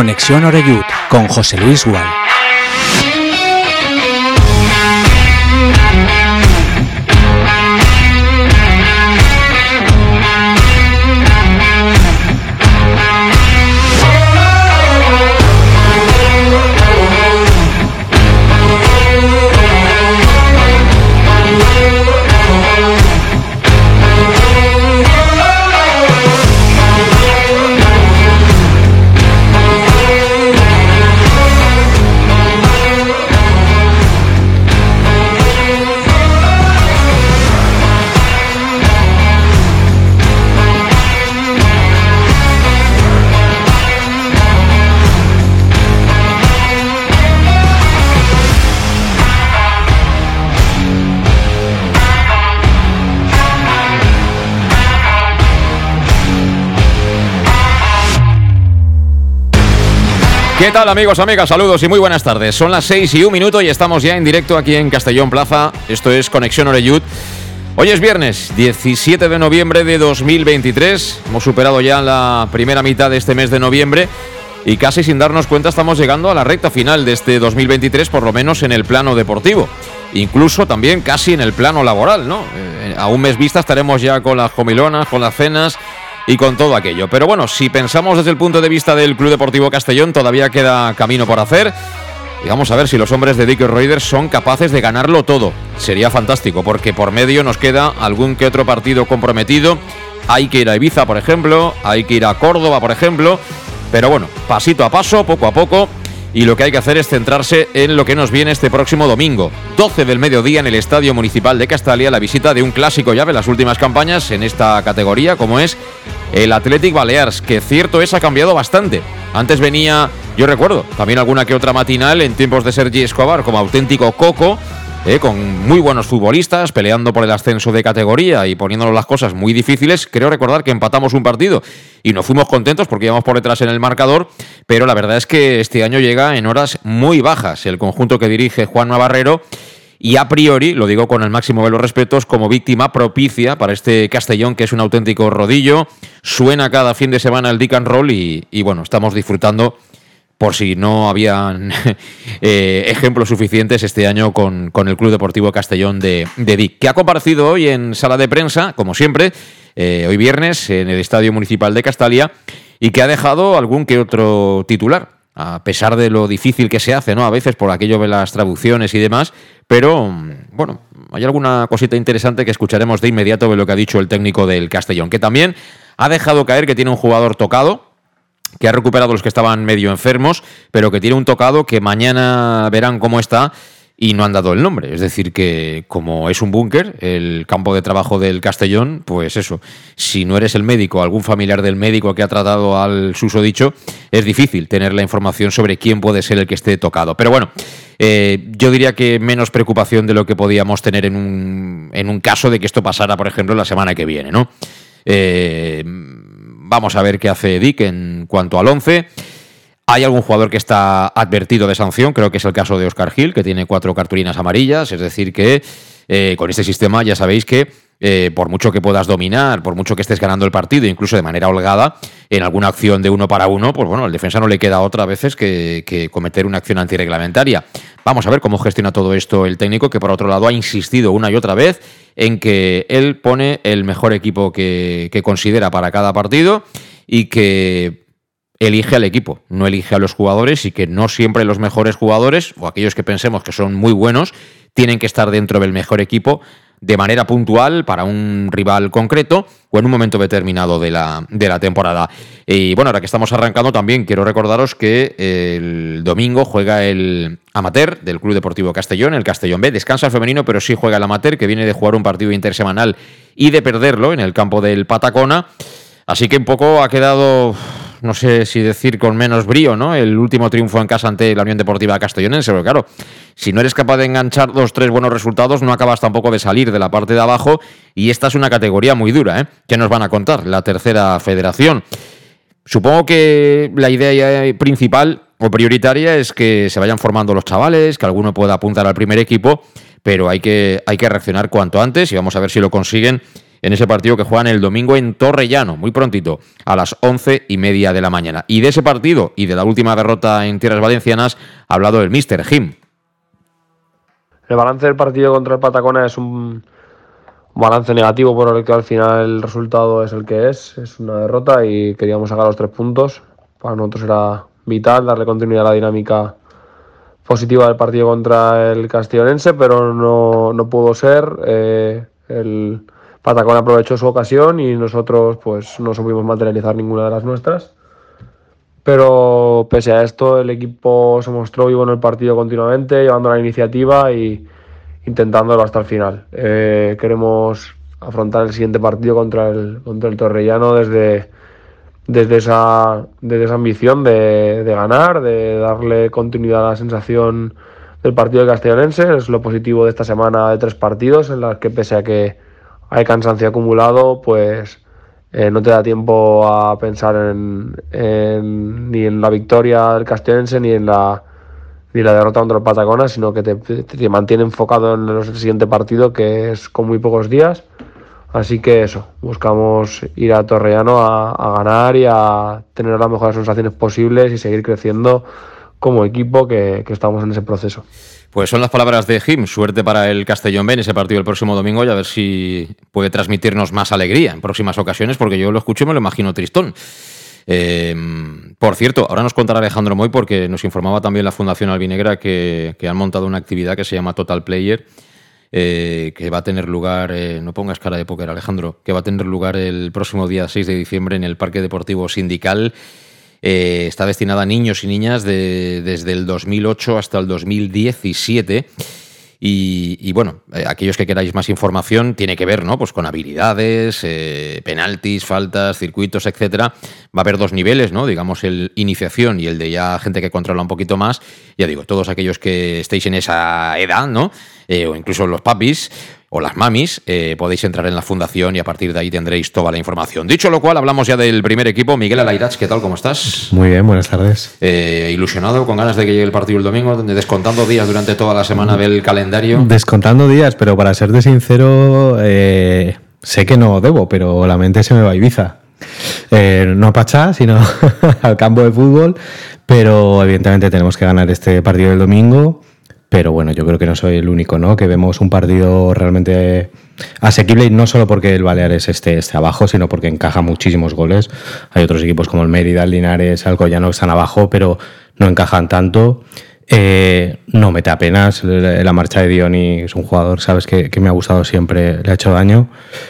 Conexión Oreyud con José Luis Gual. ¿Qué tal, amigos, amigas? Saludos y muy buenas tardes. Son las 6:01 y estamos ya en directo aquí en Castellón Plaza. Esto es Conexión Oreyud. Hoy es viernes, 17 de noviembre de 2023. Hemos superado ya la primera mitad de este mes de noviembre y casi sin darnos cuenta estamos llegando a la recta final de este 2023, por lo menos en el plano deportivo. Incluso también casi en el plano laboral, ¿no? A un mes vista estaremos ya con las comilonas, con las cenas y con todo aquello. Pero bueno, si pensamos desde el punto de vista del Club Deportivo Castellón, todavía queda camino por hacer. Y vamos a ver si los hombres de Dick Reuter son capaces de ganarlo todo. Sería fantástico, porque por medio nos queda algún que otro partido comprometido. Hay que ir a Ibiza, por ejemplo, hay que ir a Córdoba, por ejemplo. Pero bueno, pasito a paso, poco a poco. Y lo que hay que hacer es centrarse en lo que nos viene este próximo domingo, 12 del mediodía, en el Estadio Municipal de Castalia, la visita de un clásico llave en las últimas campañas en esta categoría, como es el Athletic Balears, que cierto es ha cambiado bastante. Antes venía, yo recuerdo, también alguna que otra matinal en tiempos de Sergi Escobar como auténtico coco, con muy buenos futbolistas, peleando por el ascenso de categoría y poniéndonos las cosas muy difíciles. Creo recordar que empatamos un partido y nos fuimos contentos porque íbamos por detrás en el marcador, pero la verdad es que este año llega en horas muy bajas el conjunto que dirige Juan Navarrero, y a priori, lo digo con el máximo de los respetos, como víctima propicia para este Castellón, que es un auténtico rodillo. Suena cada fin de semana el Dick and Roll y bueno, estamos disfrutando, por si no habían ejemplos suficientes este año con el Club Deportivo Castellón de Dick, que ha comparecido hoy en sala de prensa, como siempre, hoy viernes, en el Estadio Municipal de Castalia, y que ha dejado algún que otro titular, a pesar de lo difícil que se hace, ¿no? A veces por aquello de las traducciones y demás, pero bueno, hay alguna cosita interesante que escucharemos de inmediato de lo que ha dicho el técnico del Castellón, que también ha dejado caer que tiene un jugador tocado, que ha recuperado los que estaban medio enfermos, pero que tiene un tocado que mañana verán cómo está y no han dado el nombre. Es decir, que como es un búnker, el campo de trabajo del Castellón, pues eso, si no eres el médico, algún familiar del médico que ha tratado al susodicho, es difícil tener la información sobre quién puede ser el que esté tocado. Pero bueno, yo diría que menos preocupación de lo que podíamos tener en un caso de que esto pasara, por ejemplo, la semana que viene, ¿no? Vamos a ver qué hace Dick en cuanto al 11. Hay algún jugador que está advertido de sanción, creo que es el caso de Óscar Gil, que tiene 4 cartulinas amarillas, es decir que con este sistema ya sabéis que por mucho que puedas dominar, por mucho que estés ganando el partido, incluso de manera holgada, en alguna acción de 1 para 1, pues bueno, al defensa no le queda otra a veces que cometer una acción antirreglamentaria. Vamos a ver cómo gestiona todo esto el técnico, que por otro lado ha insistido una y otra vez en que él pone el mejor equipo que considera para cada partido y que elige al equipo, no elige a los jugadores, y que no siempre los mejores jugadores, o aquellos que pensemos que son muy buenos, tienen que estar dentro del mejor equipo de manera puntual para un rival concreto o en un momento determinado de la temporada. Y bueno, ahora que estamos arrancando también quiero recordaros que el domingo juega el amateur del Club Deportivo Castellón, el Castellón B. Descansa el femenino, pero sí juega el amateur, que viene de jugar un partido intersemanal y de perderlo en el campo del Patacona. Así que un poco ha quedado, no sé si decir con menos brío, ¿no?, el último triunfo en casa ante la Unión Deportiva Castellonense, pero claro, si no eres capaz de enganchar 2-3 buenos resultados, no acabas tampoco de salir de la parte de abajo, y esta es una categoría muy dura, ¿Qué nos van a contar? La tercera federación. Supongo que la idea principal o prioritaria es que se vayan formando los chavales, que alguno pueda apuntar al primer equipo, pero hay que reaccionar cuanto antes y vamos a ver si lo consiguen en ese partido que juegan el domingo en Torrellano, muy prontito, a las 11:30 de la mañana. Y de ese partido y de la última derrota en tierras valencianas ha hablado el míster Jim. El balance del partido contra el Patacona es un balance negativo, por el que al final el resultado es el que es una derrota y queríamos sacar los 3 puntos. Para nosotros era vital darle continuidad a la dinámica positiva del partido contra el castellonense, pero no pudo ser. El Patacona aprovechó su ocasión y nosotros pues no supimos materializar ninguna de las nuestras. Pero pese a esto, el equipo se mostró vivo en el partido continuamente, llevando la iniciativa y intentándolo hasta el final. Queremos afrontar el siguiente partido contra el Torrellano desde esa ambición de ganar, de darle continuidad a la sensación del partido de castellonense. Es lo positivo de esta semana de 3 partidos, en las que pese a que hay cansancio acumulado, pues no te da tiempo a pensar ni en la victoria del castellonense ni la derrota contra el Patacona, sino que te mantiene enfocado en el siguiente partido, que es con muy pocos días. Así que eso, buscamos ir a Torrellano a ganar y a tener las mejores sensaciones posibles y seguir creciendo como equipo, que estamos en ese proceso. Pues son las palabras de Jim. Suerte para el Castellón B en ese partido el próximo domingo y a ver si puede transmitirnos más alegría en próximas ocasiones, porque yo lo escucho y me lo imagino tristón. Por cierto, ahora nos contará Alejandro Moy, porque nos informaba también la Fundación Albinegra que han montado una actividad que se llama Total Player, que va a tener lugar, no pongas cara de póker, Alejandro, que va a tener lugar el próximo día 6 de diciembre en el Parque Deportivo Sindical. Está destinada a niños y niñas desde el 2008 hasta el 2017. Y bueno, aquellos que queráis más información, tiene que ver, ¿no? Pues con habilidades, penaltis, faltas, circuitos, etcétera. Va a haber 2 niveles, ¿no? Digamos, el iniciación y el de ya gente que controla un poquito más. Ya digo, todos aquellos que estéis en esa edad, ¿no? O incluso los papis o las mamis, podéis entrar en la fundación y a partir de ahí tendréis toda la información. Dicho lo cual, hablamos ya del primer equipo. Miguel Alairach, ¿qué tal? ¿Cómo estás? Muy bien, buenas tardes. Ilusionado, con ganas de que llegue el partido el domingo, descontando días durante toda la semana del calendario. Descontando días, pero para serte sincero, sé que no debo, pero la mente se me va a Ibiza. No a Pachá, sino al campo de fútbol, pero evidentemente tenemos que ganar este partido del domingo. Pero bueno, yo creo que no soy el único, ¿no? Que vemos un partido realmente asequible, y no solo porque el Baleares esté abajo, sino porque encaja muchísimos goles. Hay otros equipos como el Mérida, el Linares, Alcoyano que están abajo, pero no encajan tanto. No mete apenas la marcha de Dioni, es un jugador, sabes, que me ha gustado siempre, le ha hecho daño.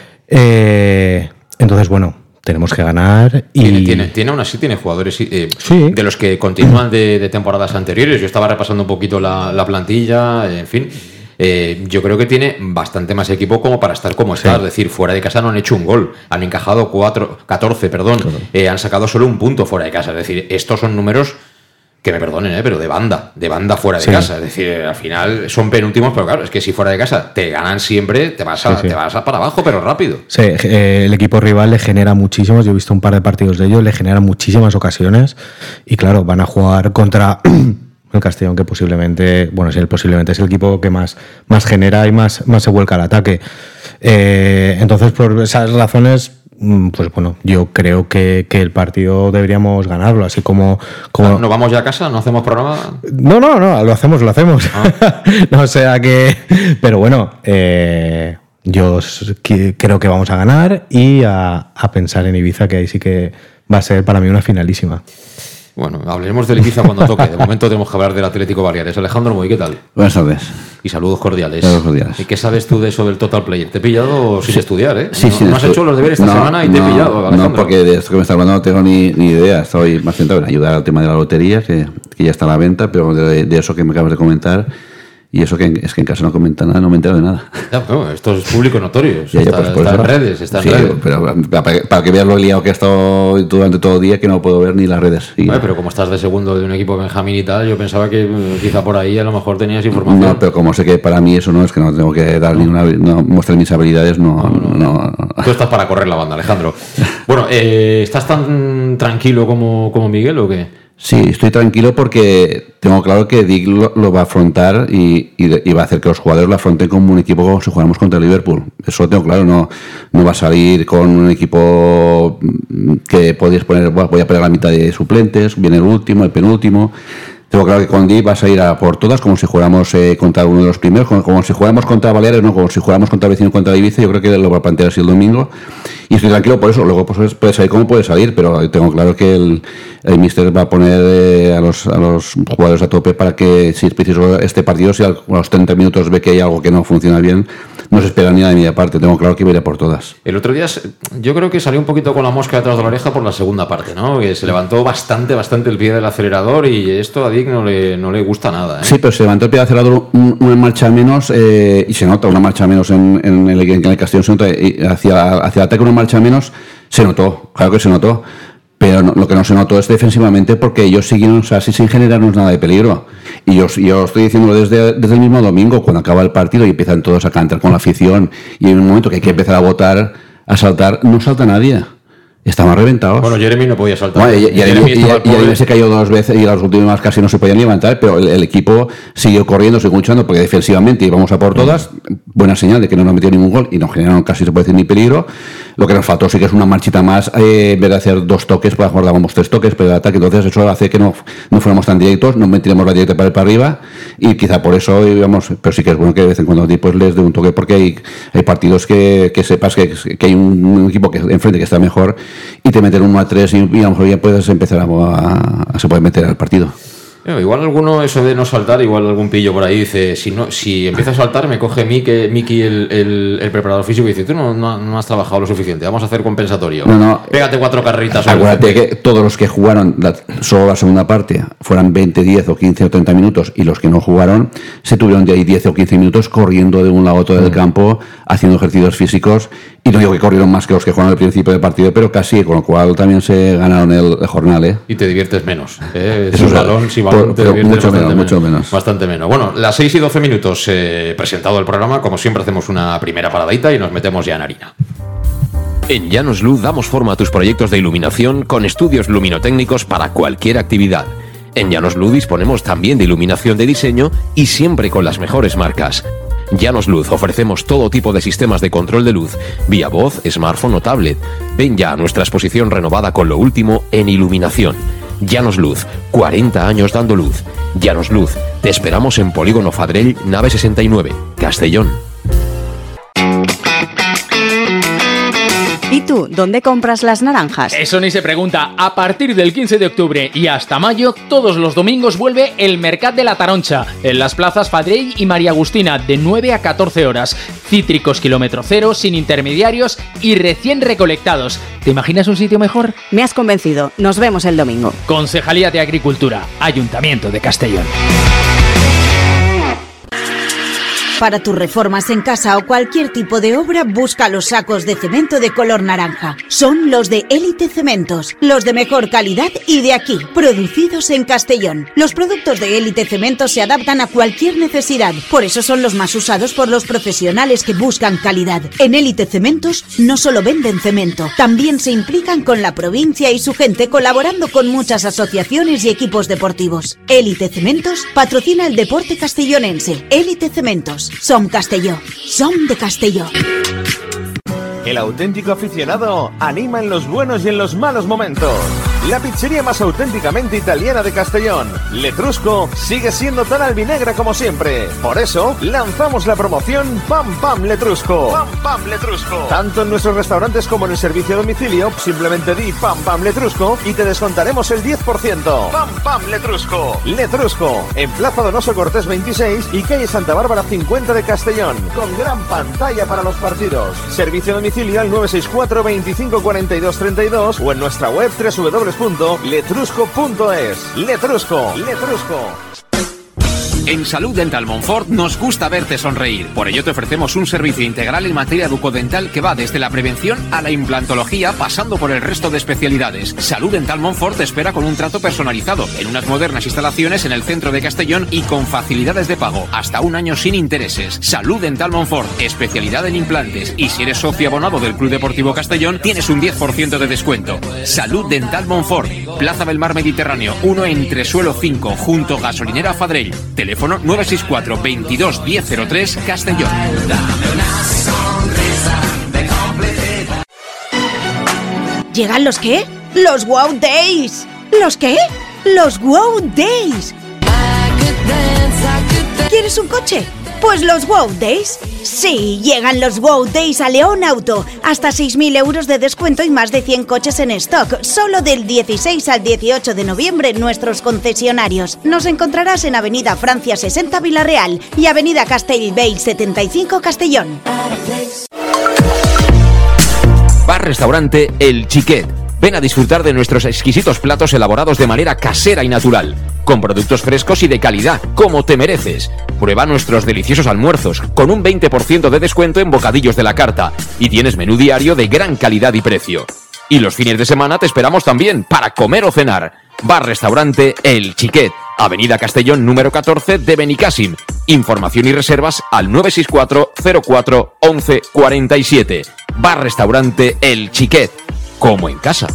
Entonces, bueno, tenemos que ganar. Y aún así tiene jugadores sí, de los que continúan de temporadas anteriores. Yo estaba repasando un poquito la plantilla, en fin. Yo creo que tiene bastante más equipo como para estar como está. Es decir, fuera de casa no han hecho un gol, han encajado 14, han sacado solo un punto fuera de casa. Es decir, estos son números, que me perdonen, pero de banda fuera de casa. Es decir, al final son penúltimos, pero claro, es que si fuera de casa te ganan siempre, te vas para abajo, pero rápido. Sí, el equipo rival le genera muchísimos, yo he visto un par de partidos de ellos, le generan muchísimas ocasiones y claro, van a jugar contra el Castellón, que posiblemente es el equipo que más genera y más se vuelca al ataque. Entonces, por esas razones, pues bueno, yo creo que el partido deberíamos ganarlo, así como... ¿No vamos ya a casa? ¿No hacemos programa? No, lo hacemos. No, o sea que... Pero bueno, yo creo que vamos a ganar y a pensar en Ibiza, que ahí sí que va a ser para mí una finalísima. Bueno, hablaremos del Ibiza cuando toque. De momento tenemos que hablar del Atlético Baleares. Alejandro Moy, ¿qué tal? Buenas tardes. Y saludos cordiales. Saludos cordiales. ¿Y qué sabes tú de eso del Total Player? Te he pillado sin estudiar, ¿eh? Sí, no has hecho los deberes esta semana y te he pillado, Alejandro. No, porque de esto que me está hablando no tengo ni idea. Estoy más centrado en ayudar al tema de la lotería, que ya está a la venta, pero de eso que me acabas de comentar... Y eso que es que en casa no comenta nada, no me entero de nada. Ya, no, esto es público notorio. Está en redes, está en redes. Pero para que veas lo liado que he estado durante todo el día, que no puedo ver ni las redes. Bueno, pero como estás de segundo de un equipo Benjamín y tal, yo pensaba que quizá por ahí a lo mejor tenías información. No, pero como sé que para mí eso no es que no tengo que dar no mostrar mis habilidades, no. Tú estás para correr la banda, Alejandro. Bueno, ¿estás tan tranquilo como Miguel o qué? Sí, estoy tranquilo porque tengo claro que Dick lo va a afrontar y va a hacer que los jugadores lo afronten como un equipo como si jugáramos contra el Liverpool. Eso lo tengo claro, no va a salir con un equipo que podéis poner, voy a poner la mitad de suplentes, viene el último, el penúltimo. Tengo claro que con Dick vas a ir a por todas como si jugáramos contra uno de los primeros, como si jugáramos contra Baleares, no como si jugáramos contra el vecino, contra Ibiza. Yo creo que lo va a plantear así el domingo y estoy tranquilo por eso. Luego pues puede salir como puede salir, pero tengo claro que el míster va a poner a los jugadores a tope para que, si es preciso este partido, si a los 30 minutos ve que hay algo que no funciona bien, no se espera ni nada de mi parte. Tengo claro que voy a ir a por todas. El otro día yo creo que salió un poquito con la mosca detrás de la oreja por la segunda parte, ¿no? Que se levantó bastante el pie del acelerador y esto a Dick no le gusta nada, ¿eh? Sí, pero se levantó el pie del acelerador una marcha menos y se nota una marcha menos en el Castellón, se nota, y hacia el ataque una marcha menos se notó, claro que se notó. Pero lo que no se notó es defensivamente porque ellos siguieron así sin generarnos nada de peligro. Y yo estoy diciéndolo desde el mismo domingo, cuando acaba el partido y empiezan todos a cantar con la afición. Y en un momento que hay que empezar a votar, a saltar, no salta nadie. Estaban reventados. Bueno, Jeremy no podía saltar. Bueno, Jeremy se cayó 2 veces y las últimas casi no se podían levantar, pero el equipo siguió corriendo, siguió luchando, porque defensivamente íbamos a por todas. Buena señal de que no nos metió ningún gol y no generaron casi, se puede decir, ni peligro. Lo que nos faltó sí que es una marchita más, en vez de hacer 2 toques, pues guardábamos 3 toques, pero el ataque, entonces eso hace que no fuéramos tan directos, no metíamos la directa para arriba y quizá por eso íbamos, pero sí que es bueno que de vez en cuando pues les dé un toque, porque hay partidos que sepas que hay un equipo que enfrente que está mejor y te meten 1-3 y a lo mejor ya puedes empezar se puede meter al partido. Igual alguno, eso de no saltar, igual algún pillo por ahí dice, si empieza a saltar me coge Miki el preparador físico y dice, tú no has trabajado lo suficiente, vamos a hacer compensatorio. No. Pégate 4 carreritas. Acuérdate que todos los que jugaron solo la segunda parte, fueran 20, 10 o 15 o 30 minutos, y los que no jugaron se tuvieron de ahí 10 o 15 minutos corriendo de un lado a otro del campo, haciendo ejercicios físicos, y no digo que corrieron más que los que jugaron al principio del partido, pero casi, con lo cual también se ganaron el jornal, ¿eh? Y te diviertes menos, Eso es balón, si balón te diviertes mucho menos. Bastante menos. Bueno, las 6 y 12 minutos presentado el programa, como siempre hacemos una primera paradita y nos metemos ya en harina. En Llanos Luz damos forma a tus proyectos de iluminación con estudios luminotécnicos para cualquier actividad. En Llanos Luz disponemos también de iluminación de diseño y siempre con las mejores marcas. Llanos Luz ofrecemos todo tipo de sistemas de control de luz, vía voz, smartphone o tablet. Ven ya a nuestra exposición renovada con lo último en iluminación. Llanos Luz, 40 años dando luz. Llanos Luz, te esperamos en Polígono Fadrell, nave 69, Castellón. ¿Y tú, dónde compras las naranjas? Eso ni se pregunta. A partir del 15 de octubre y hasta mayo, todos los domingos vuelve el Mercat de la Taroncha, en las plazas Fadrell y María Agustina, de 9 a 14 horas. Cítricos kilómetro cero, sin intermediarios y recién recolectados. ¿Te imaginas un sitio mejor? Me has convencido. Nos vemos el domingo. Concejalía de Agricultura, Ayuntamiento de Castellón. Para tus reformas en casa o cualquier tipo de obra, busca los sacos de cemento de color naranja. Son los de Élite Cementos, los de mejor calidad y de aquí, producidos en Castellón. Los productos de Élite Cementos se adaptan a cualquier necesidad, por eso son los más usados por los profesionales que buscan calidad. En Élite Cementos no solo venden cemento, también se implican con la provincia y su gente, colaborando con muchas asociaciones y equipos deportivos. Élite Cementos patrocina el deporte castellonense. Élite Cementos. Som Castelló. Som de Castelló. El auténtico aficionado anima en los buenos y en los malos momentos. La pizzería más auténticamente italiana de Castellón, Letrusco, sigue siendo tan albinegra como siempre. Por eso, lanzamos la promoción Pam Pam Letrusco. Pam Pam Letrusco. Tanto en nuestros restaurantes como en el servicio a domicilio, simplemente di Pam Pam Letrusco y te descontaremos el 10%. Pam Pam Letrusco. Letrusco, en Plaza Donoso Cortés 26 y calle Santa Bárbara 50 de Castellón, con gran pantalla para los partidos. Servicio a domicilio al 964 25 42 32 o en nuestra web www.letrusco.es. Letrusco. En Salud Dental Montfort nos gusta verte sonreír. Por ello te ofrecemos un servicio integral en materia bucodental que va desde la prevención a la implantología, pasando por el resto de especialidades. Salud Dental Montfort te espera con un trato personalizado en unas modernas instalaciones en el centro de Castellón y con facilidades de pago, hasta un año sin intereses. Salud Dental Montfort, especialidad en implantes. Y si eres socio abonado del Club Deportivo Castellón, tienes un 10% de descuento. Salud Dental Montfort, Plaza del Mar Mediterráneo, 1 Entresuelo 5, junto Gasolinera Fadrell. Teléfono 964 22 1003 Castellón. ¿Llegan los qué? ¡Los Wow Days! ¿Los qué? ¡Los Wow Days! ¿Quieres un coche? Pues los Wow Days. Sí, llegan los Wow Days a León Auto. Hasta 6.000 euros de descuento y más de 100 coches en stock. Solo del 16 al 18 de noviembre en nuestros concesionarios. Nos encontrarás en Avenida Francia 60 Villarreal y Avenida Castellbell 75 Castellón. Bar-restaurante El Xiquet. Ven a disfrutar de nuestros exquisitos platos elaborados de manera casera y natural, con productos frescos y de calidad, como te mereces. Prueba nuestros deliciosos almuerzos, con un 20% de descuento en bocadillos de la carta, y tienes menú diario de gran calidad y precio. Y los fines de semana te esperamos también para comer o cenar. Bar-restaurante El Xiquet, Avenida Castellón número 14 de Benicàssim. Información y reservas al 964 04 11 47. Bar-restaurante El Xiquet, como en casa.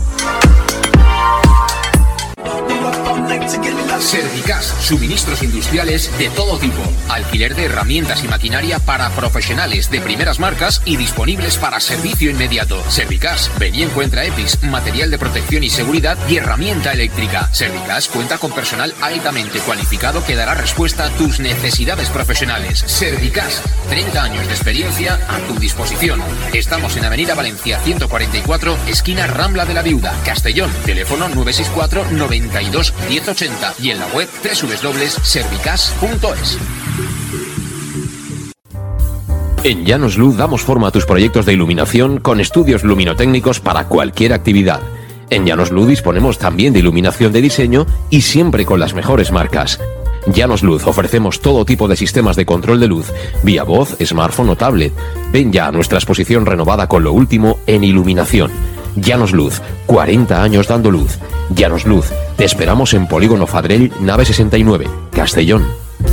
Servicas, suministros industriales de todo tipo, alquiler de herramientas y maquinaria para profesionales de primeras marcas y disponibles para servicio inmediato. Servicas, ven y encuentra EPIs, material de protección y seguridad y herramienta eléctrica. Servicas cuenta con personal altamente cualificado que dará respuesta a tus necesidades profesionales. Servicas, 30 años de experiencia a tu disposición. Estamos en Avenida Valencia 144, esquina Rambla de la Viuda, Castellón. Teléfono 964 92 1080 y en la web www.servicas.es. En Llanos Luz damos forma a tus proyectos de iluminación con estudios luminotécnicos para cualquier actividad. En Llanos Luz disponemos también de iluminación de diseño y siempre con las mejores marcas. Llanos Luz ofrecemos todo tipo de sistemas de control de luz, vía voz, smartphone o tablet. Ven ya a nuestra exposición renovada con lo último en iluminación. Llanos Luz, 40 años dando luz. Llanos Luz, te esperamos en Polígono Fadrell, nave 69, Castellón.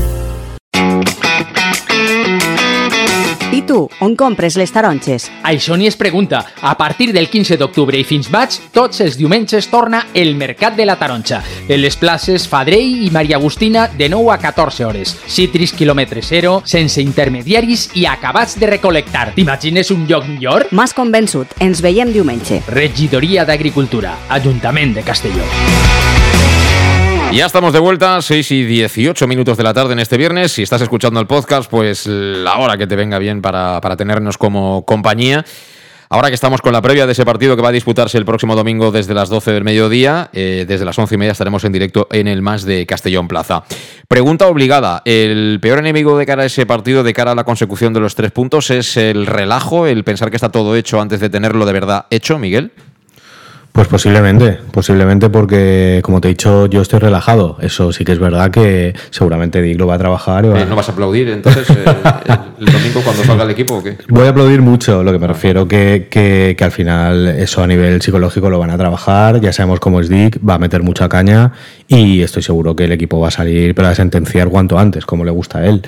I tu, on compres les taronges? Això ni es pregunta. A partir del 15 d'octubre i fins maig, tots els diumenges torna el Mercat de la Taronja. En les places Fadrell i Maria Agustina de 9 a 14 hores. Citris quilòmetre zero, sense intermediaris i acabats de recol·lectar. T'imagines un lloc millor? M'has convençut. Ens veiem diumenge. Regidoria d'Agricultura, Ajuntament de Castelló. Ya estamos de vuelta, 6 y 18 minutos de la tarde en este viernes. Si estás escuchando el podcast, pues la hora que te venga bien para tenernos como compañía. Ahora que estamos con la previa de ese partido que va a disputarse el próximo domingo desde las 12 del mediodía, desde las 11:30 estaremos en directo en el MAS de Castellón Plaza. Pregunta obligada, ¿el peor enemigo de cara a ese partido, de cara a la consecución de los 3 puntos, es el relajo, el pensar que está todo hecho antes de tenerlo de verdad hecho, Miguel? Pues posiblemente porque, como te he dicho, yo estoy relajado. Eso sí que es verdad que seguramente Dick lo va a trabajar. Y ¿No vas a aplaudir entonces el domingo cuando salga el equipo o qué? Voy a aplaudir mucho, lo que me refiero que al final eso a nivel psicológico lo van a trabajar. Ya sabemos cómo es Dick, va a meter mucha caña y estoy seguro que el equipo va a salir para sentenciar cuanto antes, como le gusta a él.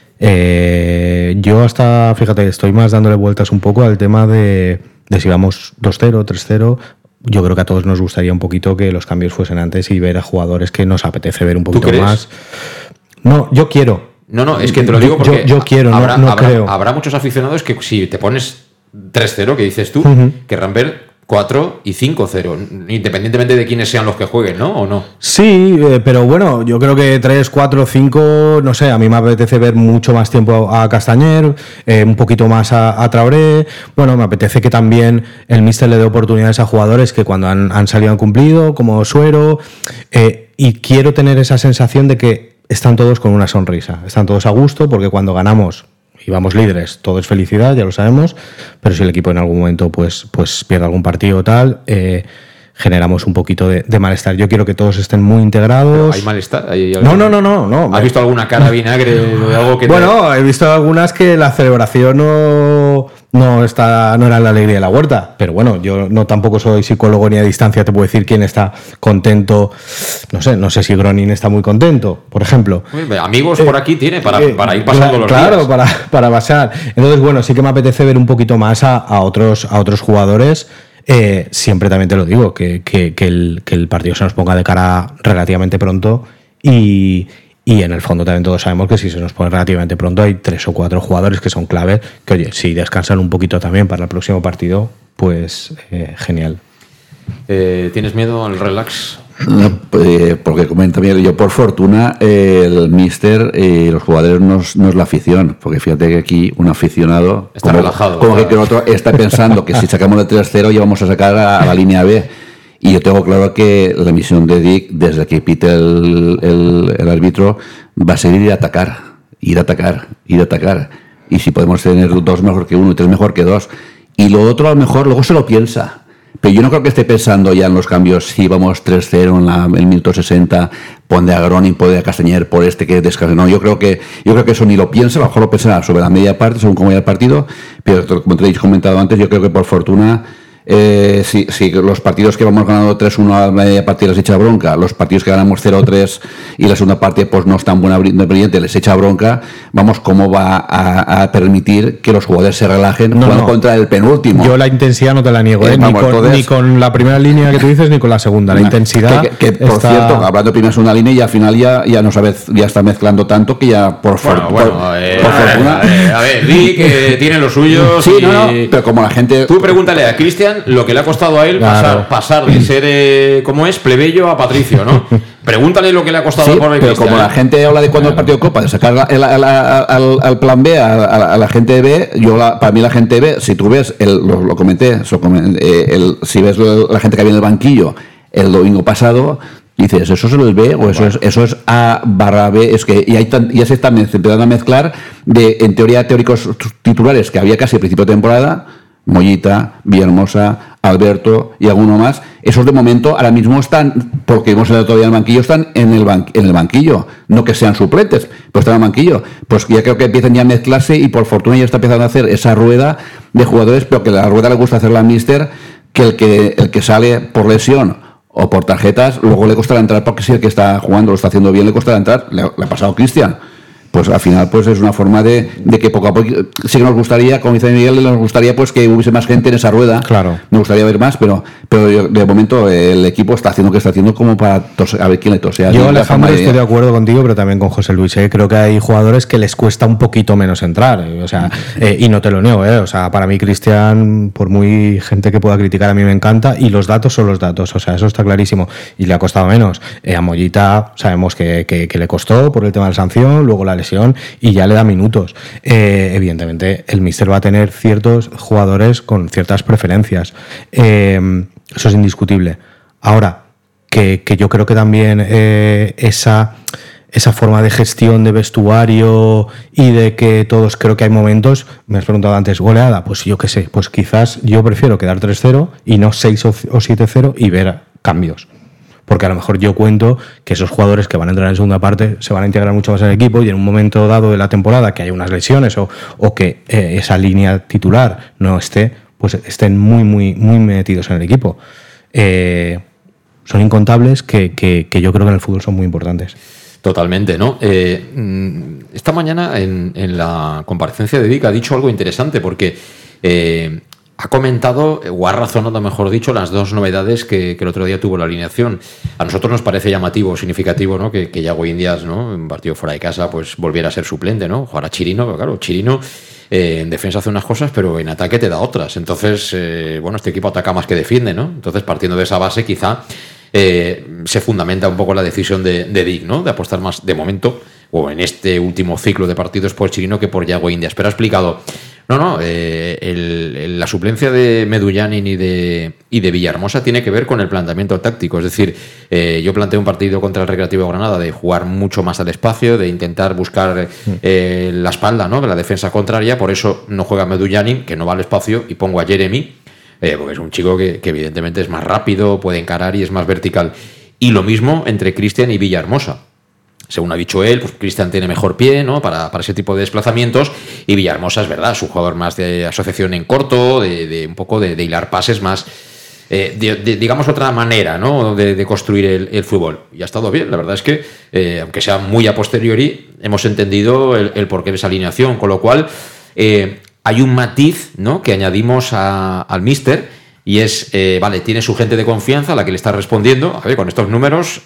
Yo hasta, fíjate, estoy más dándole vueltas un poco al tema de si vamos 2-0, 3-0... Yo creo que a todos nos gustaría un poquito que los cambios fuesen antes y ver a jugadores que nos apetece ver un poquito más. No, yo quiero. No, es que te lo digo porque yo quiero, creo. Habrá muchos aficionados que si te pones 3-0, que dices tú, querrán ver 4 y 5-0, independientemente de quiénes sean los que jueguen, ¿no? ¿O no? Sí, pero bueno, yo creo que 3, 4, 5, no sé, a mí me apetece ver mucho más tiempo a Castañer, un poquito más a Traoré. Bueno, me apetece que también el míster le dé oportunidades a jugadores que cuando han salido han cumplido, como Suero, y quiero tener esa sensación de que están todos con una sonrisa, están todos a gusto, porque cuando ganamos y vamos líderes, todo es felicidad, ya lo sabemos, pero si el equipo en algún momento pues pierde algún partido o tal, generamos un poquito de malestar. Yo quiero que todos estén muy integrados. ¿Hay malestar? No. ¿Has visto alguna cara vinagre de algo que Bueno, he visto algunas que la celebración no era la alegría de la huerta, pero bueno, yo no tampoco soy psicólogo ni a distancia te puedo decir quién está contento. No sé si Gronin está muy contento, por ejemplo. Amigos por aquí tiene para ir pasando los días. Claro, para pasar. Entonces, bueno, sí que me apetece ver un poquito más a otros jugadores. Siempre también te lo digo, que el partido se nos ponga de cara relativamente pronto y en el fondo también todos sabemos que si se nos pone relativamente pronto hay 3 o 4 jugadores que son clave, que oye, si descansan un poquito también para el próximo partido, pues genial. ¿Tienes miedo al relax? No, porque comenta bien, yo por fortuna el míster y los jugadores no es la afición, porque fíjate que aquí un aficionado está relajado, como que el otro está pensando que si sacamos de 3-0 ya vamos a sacar a la línea B. Y yo tengo claro que la misión de Dick, desde que pite el árbitro, va a ser ir a atacar. Y si podemos tener 2 mejor que 1 y 3 mejor que 2. Y lo otro a lo mejor luego se lo piensa. Pero yo no creo que esté pensando ya en los cambios. Si vamos 3-0 en el minuto 60, pone a Gronin, pone a Castañer por que descanse. No, yo creo que eso ni lo piensa, a lo mejor lo pensará sobre la media parte, según cómo vaya el partido. Pero como te he comentado antes, yo creo que por fortuna, si los partidos que vamos ganando 3-1 a la media parte les echa bronca, los partidos que ganamos 0-3 y la segunda parte pues no es tan brillante, les echa bronca, vamos, ¿cómo va a permitir que los jugadores se relajen jugando contra el penúltimo? Yo la intensidad no te la niego, ni con la primera línea que tú dices ni con la segunda, la intensidad que por cierto, hablando de primera segunda línea y al final ya no sabes, ya está mezclando tanto que ya por fortuna a ver, di que tiene los suyos. Sí, pero como la gente, tú pregúntale a Cristian lo que le ha costado a él pasar de ser como es plebeyo a Patricio, ¿no? Pregúntale lo que le ha costado por el pero Cristian. Como la gente habla de cuando el partido de Copa, de sacar al plan B, a la gente B, para mí la gente B, si tú ves, lo comenté, si ves la gente que había en el banquillo el domingo pasado, dices, ¿eso es el B o eso es A/B? Es que ya se está empezando a mezclar en teoría teóricos titulares que había casi a principio de temporada. Mollita, Villahermosa, Alberto y alguno más. Esos de momento ahora mismo están, porque hemos todavía en el banquillo, están en el banquillo. No que sean suplentes, pero están en el banquillo. Pues ya creo que empiezan ya a mezclarse y por fortuna ya está empezando a hacer esa rueda de jugadores, pero que la rueda le gusta hacerla al míster, que el que sale por lesión o por tarjetas, luego le costará entrar porque si el que está jugando lo está haciendo bien, le costará entrar. Le ha pasado a Cristian. Pues al final pues es una forma de que poco a poco sí que nos gustaría, como dice Miguel, nos gustaría pues que hubiese más gente en esa rueda. Claro. Me gustaría ver más, pero de momento el equipo está haciendo lo que está haciendo como para a ver quién le tosea. Yo, Alejandro, estoy de acuerdo contigo, pero también con José Luis. Creo que hay jugadores que les cuesta un poquito menos entrar, o sea, y no te lo niego, o sea, para mí Cristian, por muy gente que pueda criticar, a mí me encanta, y los datos son los datos, o sea, eso está clarísimo, y le ha costado menos. A Mollita sabemos que le costó por el tema de la sanción, luego la lesión, y ya le da minutos. Evidentemente el míster va a tener ciertos jugadores con ciertas preferencias, eso es indiscutible. Ahora, que yo creo que también esa forma de gestión de vestuario y de que todos, creo que hay momentos, me has preguntado antes, goleada, pues yo qué sé, pues quizás yo prefiero quedar 3-0 y no 6 o 7-0 y ver cambios. Porque a lo mejor yo cuento que esos jugadores que van a entrar en segunda parte se van a integrar mucho más en el equipo y en un momento dado de la temporada que hay unas lesiones o que esa línea titular no esté, pues estén muy, muy, muy metidos en el equipo. Son incontables que yo creo que en el fútbol son muy importantes. Totalmente, ¿no? Esta mañana en la comparecencia de Dick ha dicho algo interesante porque ha comentado, o ha razonado, mejor dicho, las dos novedades que el otro día tuvo la alineación. A nosotros nos parece llamativo, significativo, ¿no? Que Yago Indias, ¿no? En un partido fuera de casa, pues volviera a ser suplente, ¿no? Jugar a Chirino, pero claro, Chirino en defensa hace unas cosas, pero en ataque te da otras. Entonces, este equipo ataca más que defiende, ¿no? Entonces, partiendo de esa base, quizá se fundamenta un poco la decisión de Dick, ¿no? De apostar más, de momento, o en este último ciclo de partidos, por Chirino que por Yago Indias. Pero ha explicado... la suplencia de Medullanin y de Villahermosa tiene que ver con el planteamiento táctico. Es decir, yo planteé un partido contra el Recreativo Granada de jugar mucho más al espacio, de intentar buscar la espalda, ¿no? De la defensa contraria. Por eso no juega Medullanin, que no va al espacio, y pongo a Jeremy porque es un chico que evidentemente es más rápido, puede encarar y es más vertical. Y lo mismo entre Cristian y Villahermosa. Según ha dicho él, pues Cristian tiene mejor pie, ¿no? para ese tipo de desplazamientos, y Villahermosa es verdad, es un jugador más de asociación en corto, de un poco de hilar pases más, digamos otra manera, ¿no? de construir el fútbol. Y ha estado bien, la verdad es que, aunque sea muy a posteriori, hemos entendido el porqué de esa alineación, con lo cual hay un matiz, ¿no? que añadimos al míster. Y es, vale, tiene su gente de confianza a la que le está respondiendo. A ver, con estos números,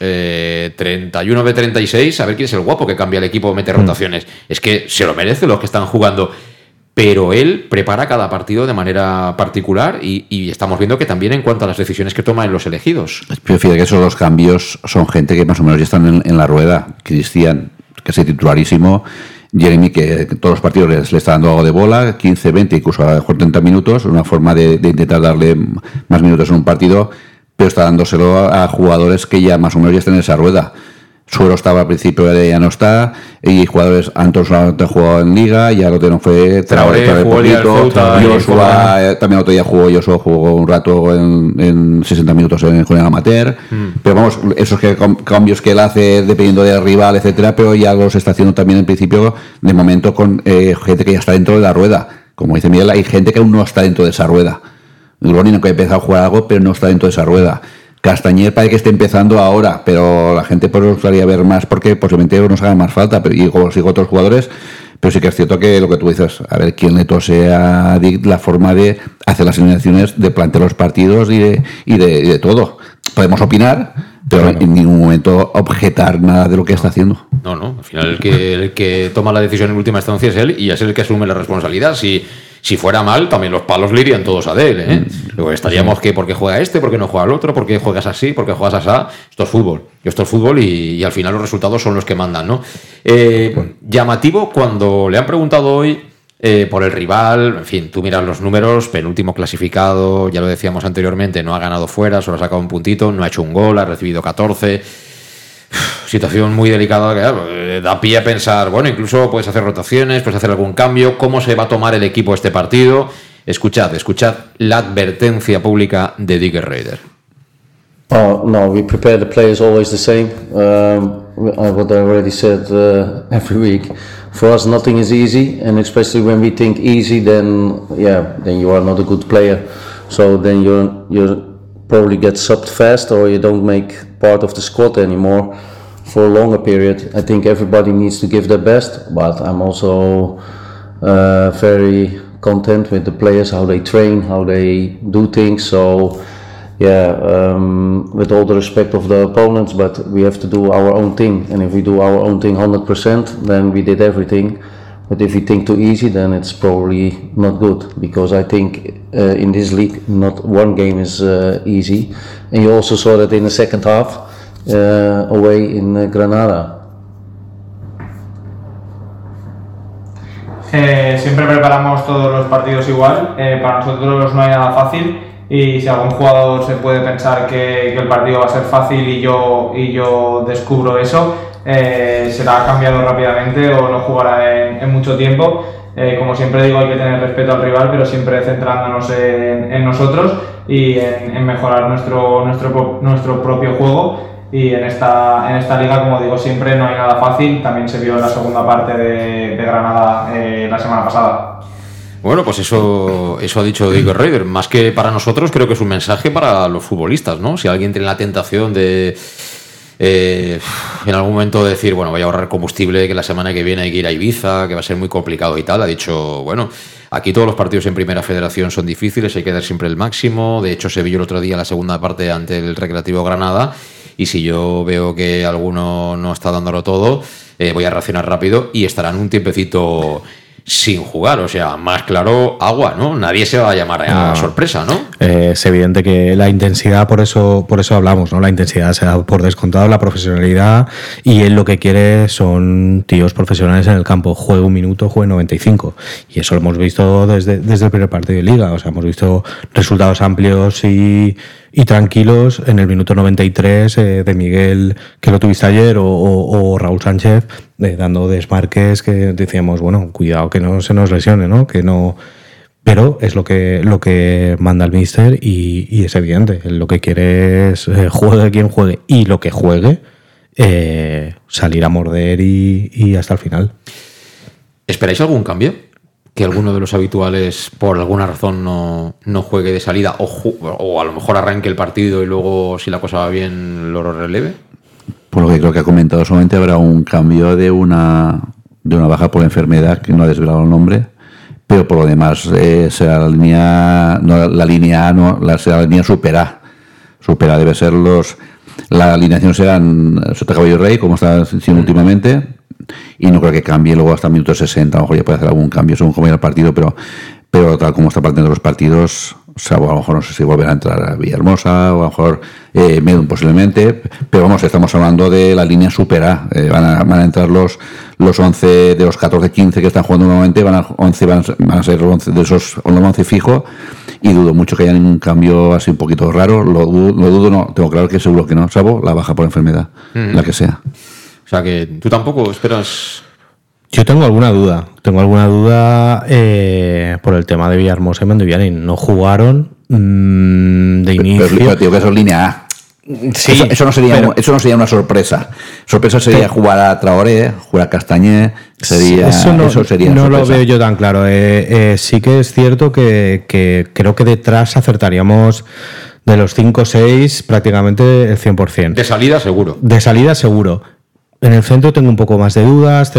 31 de 36, a ver quién es el guapo que cambia el equipo, mete rotaciones. Es que se lo merecen los que están jugando. Pero él prepara cada partido de manera particular y estamos viendo que también en cuanto a las decisiones que toma en los elegidos. Pero fíjate que esos los cambios son gente que más o menos ya están en la rueda. Cristian, que es el titularísimo. Jeremy, que todos los partidos le está dando algo de bola, 15, 20, incluso a lo mejor 30 minutos, una forma de intentar darle más minutos en un partido, pero está dándoselo a jugadores que ya más o menos ya están en esa rueda. Suero estaba al principio, ya no está, y jugadores Anton solamente ha jugado en Liga, ya lo que no fue Traoré poquito, Joshua también otro día jugó un rato en 60 minutos en el amateur, pero vamos, esos cambios que él hace dependiendo del rival, etcétera, pero ya los está haciendo también en principio de momento con gente que ya está dentro de la rueda. Como dice Miguel, hay gente que aún no está dentro de esa rueda. Ronnie no ha empezado a jugar algo, pero no está dentro de esa rueda. Castañer parece que esté empezando ahora, pero la gente pues gustaría ver más porque posiblemente nos haga más falta, pero y como sigo otros jugadores, pero sí que es cierto que lo que tú dices, a ver quién le tose a Dick la forma de hacer las alineaciones, de plantear los partidos y de todo. Podemos opinar, pero en ningún momento objetar nada de lo que está haciendo. No, al final el que toma la decisión en última instancia es él y es el que asume la responsabilidad. Si fuera mal, también los palos le irían todos a él, ¿eh? Luego estaríamos que por qué juega este, por qué no juega el otro, por qué juegas así, por qué juegas así. Esto es fútbol y al final los resultados son los que mandan, ¿no? Llamativo cuando le han preguntado hoy por el rival, en fin, tú miras los números, penúltimo clasificado, ya lo decíamos anteriormente, no ha ganado fuera, solo ha sacado un puntito, no ha hecho un gol, ha recibido 14... Situación muy delicada que da pie a pensar, bueno, incluso puedes hacer rotaciones, puedes hacer algún cambio, ¿cómo se va a tomar el equipo este partido? Escuchad la advertencia pública de Dick Reuter. Oh, no, we prepare the players always the same. What I already said every week. For us, nothing is easy, and especially when we think easy, then you are not a good player. So then you probably get subbed fast, or you don't make part of the squad anymore for a longer period. I think everybody needs to give their best, but I'm also very content with the players, how they train, how they do things. So with all the respect of the opponents, but we have to do our own thing, and if we do our own thing 100%, then we did everything. But if we think too easy, then it's probably not good, because I think in this league not one game is easy, and you also saw that in the second half away in Granada. Siempre preparamos todos los partidos igual, para nosotros no hay nada fácil, y si algún jugador se puede pensar que el partido va a ser fácil y yo descubro eso, será cambiado rápidamente o no jugará en mucho tiempo. Como siempre digo, hay que tener respeto al rival, pero siempre centrándonos en nosotros y en mejorar nuestro propio juego. Y en esta liga, como digo siempre, no hay nada fácil. También se vio en la segunda parte de Granada la semana pasada. Bueno, pues eso ha dicho Dick Reuter. Más que para nosotros, creo que es un mensaje para los futbolistas, ¿no? Si alguien tiene la tentación de en algún momento decir, bueno, voy a ahorrar combustible, que la semana que viene hay que ir a Ibiza, que va a ser muy complicado y tal, ha dicho, bueno, aquí todos los partidos en Primera Federación son difíciles, hay que dar siempre el máximo. De hecho, se vio el otro día la segunda parte ante el Recreativo Granada, y si yo veo que alguno no está dándolo todo, voy a reaccionar rápido y estarán un tiempecito sin jugar. O sea, más claro, agua, ¿no? Nadie se va a llamar a sorpresa, ¿no? Es evidente que la intensidad, por eso hablamos, ¿no? La intensidad se da por descontado, la profesionalidad, y él lo que quiere son tíos profesionales en el campo. Juegue un minuto, juegue 95. Y eso lo hemos visto desde el primer partido de Liga. O sea, hemos visto resultados amplios y tranquilos en el minuto 93 de Miguel, que lo tuviste ayer, o Raúl Sánchez dando desmarques que decíamos, bueno, cuidado que no se nos lesione, ¿no? Que no, Pero es lo que manda el míster y es evidente. Lo que quiere es juegue quien juegue y lo que juegue, salir a morder y hasta el final. ¿Esperáis algún cambio? ¿Que alguno de los habituales por alguna razón no juegue de salida o a lo mejor arranque el partido y luego, si la cosa va bien, lo releve? Por lo que creo que ha comentado, solamente habrá un cambio de una baja por enfermedad, que no ha desvelado el nombre, pero por lo demás será la línea A, será la línea Super A. Super A debe ser la alineación serán Sota Caballo Rey, como está siendo últimamente, y no creo que cambie luego hasta el minuto 60, a lo mejor ya puede hacer algún cambio según cómo vaya el partido, pero tal como está partiendo los partidos, o sea, a lo mejor no sé si volverá a entrar a Villahermosa o a lo mejor Medun posiblemente, pero vamos, estamos hablando de la línea Super A. Van a entrar los 11 de los 14-15 que están jugando nuevamente, van a ser los 11 de esos 11 fijo, y dudo mucho que haya ningún cambio así un poquito raro. Lo dudo, no, tengo claro que seguro que no, salvo la baja por enfermedad, la que sea. O sea que tú tampoco esperas. Yo tengo alguna duda por el tema de Villahermosa y Mendubianin. No jugaron de inicio. Pero tío, que eso es línea A. Sí, eso no sería una sorpresa. Sorpresa sería jugar a Traoré, jugar a Castañé. Eso sería no sorpresa. lo veo yo tan claro. Sí que es cierto que creo que detrás acertaríamos de los 5 o 6 prácticamente el 100%. De salida seguro. De salida seguro. En el centro tengo un poco más de dudas,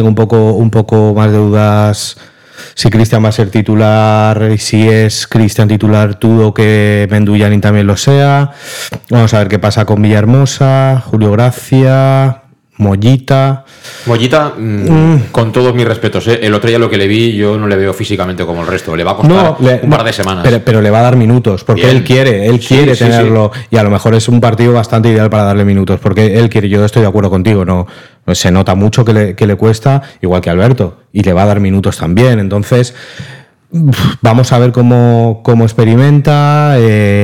si Cristian va a ser titular, si es Cristian titular, dudo que Menduyanin también lo sea. Vamos a ver qué pasa con Villahermosa, Julio Gracia, Mollita, con todos mis respetos, el otro día lo que le vi, yo no le veo físicamente como el resto, le va a costar un par de semanas. Pero le va a dar minutos, porque él quiere tenerlo, sí. Y a lo mejor es un partido bastante ideal para darle minutos, porque él quiere. Yo estoy de acuerdo contigo, no se nota mucho que le cuesta, igual que Alberto, y le va a dar minutos también. Entonces vamos a ver cómo experimenta,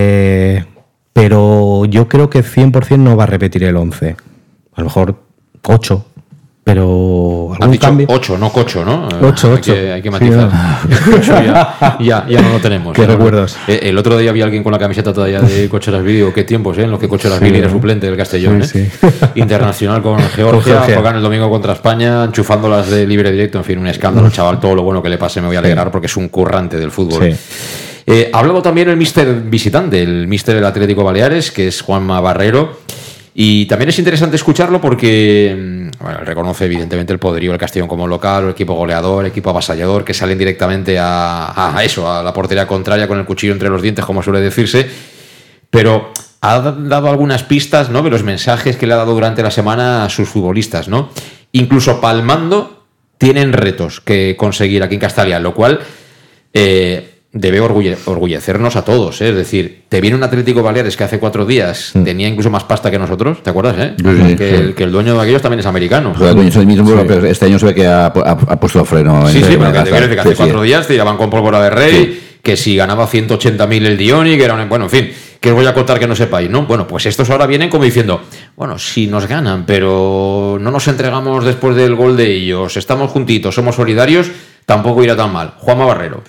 pero yo creo que 100% no va a repetir el 11, a lo mejor 8, pero algún dicho cambio. 8, no cocho, ¿no? 8. Hay que matizar. Sí, ya no lo tenemos. ¿Qué recuerdos? El otro día vi a alguien con la camiseta todavía de Cocheras-Billy, qué tiempos, en los que Cocheras-Billy era suplente del Castellón, sí. Internacional con Georgia, juegan el domingo contra España, enchufándolas de libre directo, en fin, un escándalo, chaval, todo lo bueno que le pase me voy a alegrar porque es un currante del fútbol. Sí. Ha hablado también el míster visitante, el míster del Atlético Baleares, que es Juanma Barrero. Y también es interesante escucharlo porque reconoce evidentemente el poderío del Castellón como local, el equipo goleador, equipo avasallador, que salen directamente a la portería contraria con el cuchillo entre los dientes, como suele decirse. Pero ha dado algunas pistas, ¿no?, de los mensajes que le ha dado durante la semana a sus futbolistas, ¿no? Incluso palmando, tienen retos que conseguir aquí en Castalia, lo cual debe orgullecernos a todos, ¿eh? Es decir, te viene un Atlético Baleares que hace 4 días tenía incluso más pasta que nosotros, ¿te acuerdas? Que el dueño de aquellos también es americano. Pues el dueño es el mismo, pero este año se ve que ha puesto freno. Sí, porque te quiero decir que hace 4 días te llevaban con pólvora de rey, que si ganaba 180.000 el Dioni, que era bueno, en fin, que os voy a contar que no sepáis, ¿no? Bueno, pues estos ahora vienen como diciendo, bueno, si nos ganan, pero no nos entregamos después del gol de ellos, estamos juntitos, somos solidarios, tampoco irá tan mal. Juanma Barrero.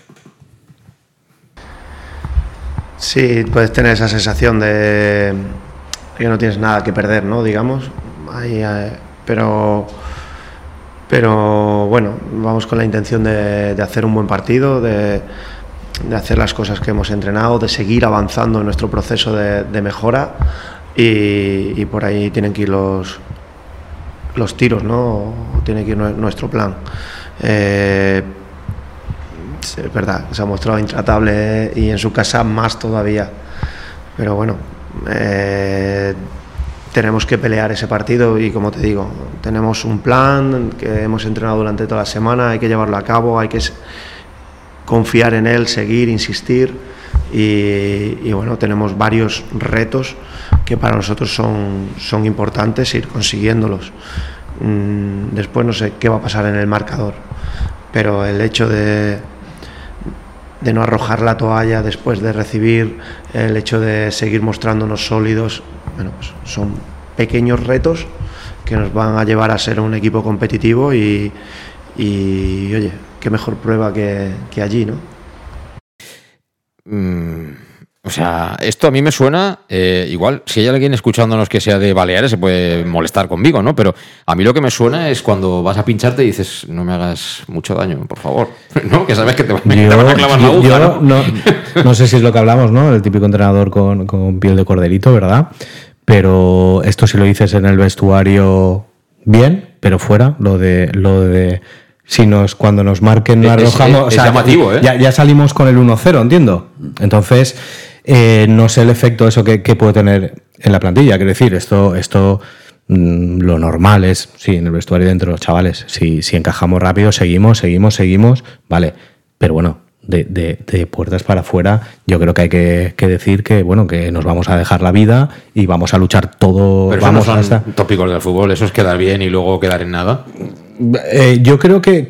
Sí, puedes tener esa sensación de que no tienes nada que perder, ¿no? Digamos, pero bueno, vamos con la intención de hacer un buen partido, de hacer las cosas que hemos entrenado, de seguir avanzando en nuestro proceso de mejora y por ahí tienen que ir los tiros, ¿no? Tiene que ir nuestro plan. Es verdad, se ha mostrado intratable y en su casa más todavía, pero bueno, tenemos que pelear ese partido y, como te digo, tenemos un plan que hemos entrenado durante toda la semana, hay que llevarlo a cabo, hay que confiar en él, seguir, insistir y bueno, tenemos varios retos que para nosotros son importantes, ir consiguiéndolos. Después no sé qué va a pasar en el marcador, pero el hecho de no arrojar la toalla después de recibir, el hecho de seguir mostrándonos sólidos, bueno, pues son pequeños retos que nos van a llevar a ser un equipo competitivo y oye, qué mejor prueba que allí, ¿no? O sea, esto a mí me suena, igual, si hay alguien escuchándonos que sea de Baleares se puede molestar conmigo, ¿no? Pero a mí lo que me suena es cuando vas a pincharte y dices, no me hagas mucho daño, por favor, ¿no? Que sabes que te van a clavar la aguja, ¿no? No sé si es lo que hablamos, ¿no? El típico entrenador con piel de corderito, ¿verdad? Pero esto si lo dices en el vestuario bien, pero fuera, lo de si cuando nos marquen no arrojamos, es llamativo, ¿eh? Ya salimos con el 1-0, entiendo. Entonces, no sé el efecto eso que puede tener en la plantilla. Quiero decir, esto lo normal es, sí, en el vestuario dentro, chavales, si encajamos rápido, seguimos, vale. Pero bueno, de puertas para afuera, yo creo que hay que decir que bueno, que nos vamos a dejar la vida y vamos a luchar todo. Pero vamos no son tópicos del fútbol, eso es quedar bien y luego quedar en nada. Yo creo que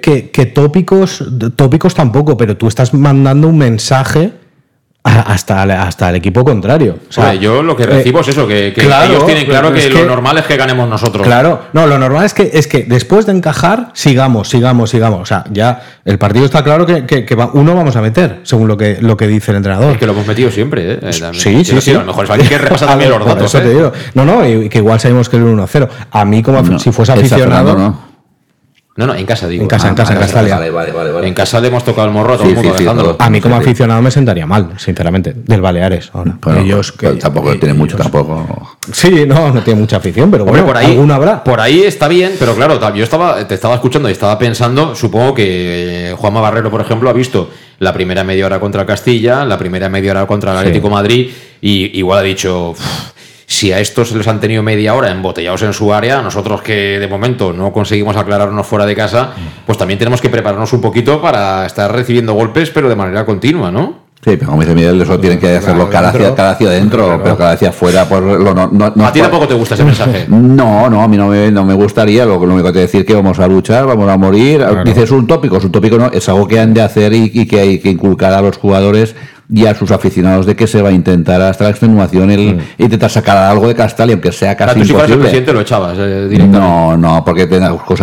tópicos tampoco, pero tú estás mandando un mensaje hasta el equipo contrario. O sea, yo lo que recibo es eso, que claro, ellos tienen claro que lo normal es que ganemos nosotros. Claro, no, lo normal es que después de encajar, sigamos. O sea, ya el partido está claro que uno vamos a meter, según lo que dice el entrenador. Es que lo hemos metido siempre, ¿eh? Sí. A lo mejor es alguien que repasa también los datos. Eso te digo. No, y que igual sabemos que el 1-0. A mí, como si fuese aficionado. No, en casa digo. En casa. Vale. En casa le hemos tocado el morro a todo el mundo, dejándolo. A mí como aficionado me sentaría mal, sinceramente, del Baleares. Ahora. Bueno, ellos que tampoco tiene mucho, tampoco. Sí, no tiene mucha afición, pero bueno, por ahí, alguna habrá. Por ahí está bien, pero claro, yo te estaba escuchando y estaba pensando, supongo que Juanma Barrero, por ejemplo, ha visto la primera media hora contra Castilla, la primera media hora contra el Atlético de Madrid, y igual ha dicho... Si a estos les han tenido media hora embotellados en su área, nosotros que de momento no conseguimos aclararnos fuera de casa, pues también tenemos que prepararnos un poquito para estar recibiendo golpes, pero de manera continua, ¿no? Sí, pero como dice Miguel, eso tienen que hacerlo cada hacia adentro, pero cada hacia afuera. ¿A ti tampoco te gusta ese mensaje? No, a mí no me gustaría. Lo único que te decir que vamos a luchar, vamos a morir. Claro. Dices un tópico no, es algo que han de hacer y que hay que inculcar a los jugadores y a sus aficionados de que se va a intentar hasta la extenuación intentar sacar algo de Castalia, aunque sea casi imposible. Si fueras el presidente lo echabas directamente. No, porque te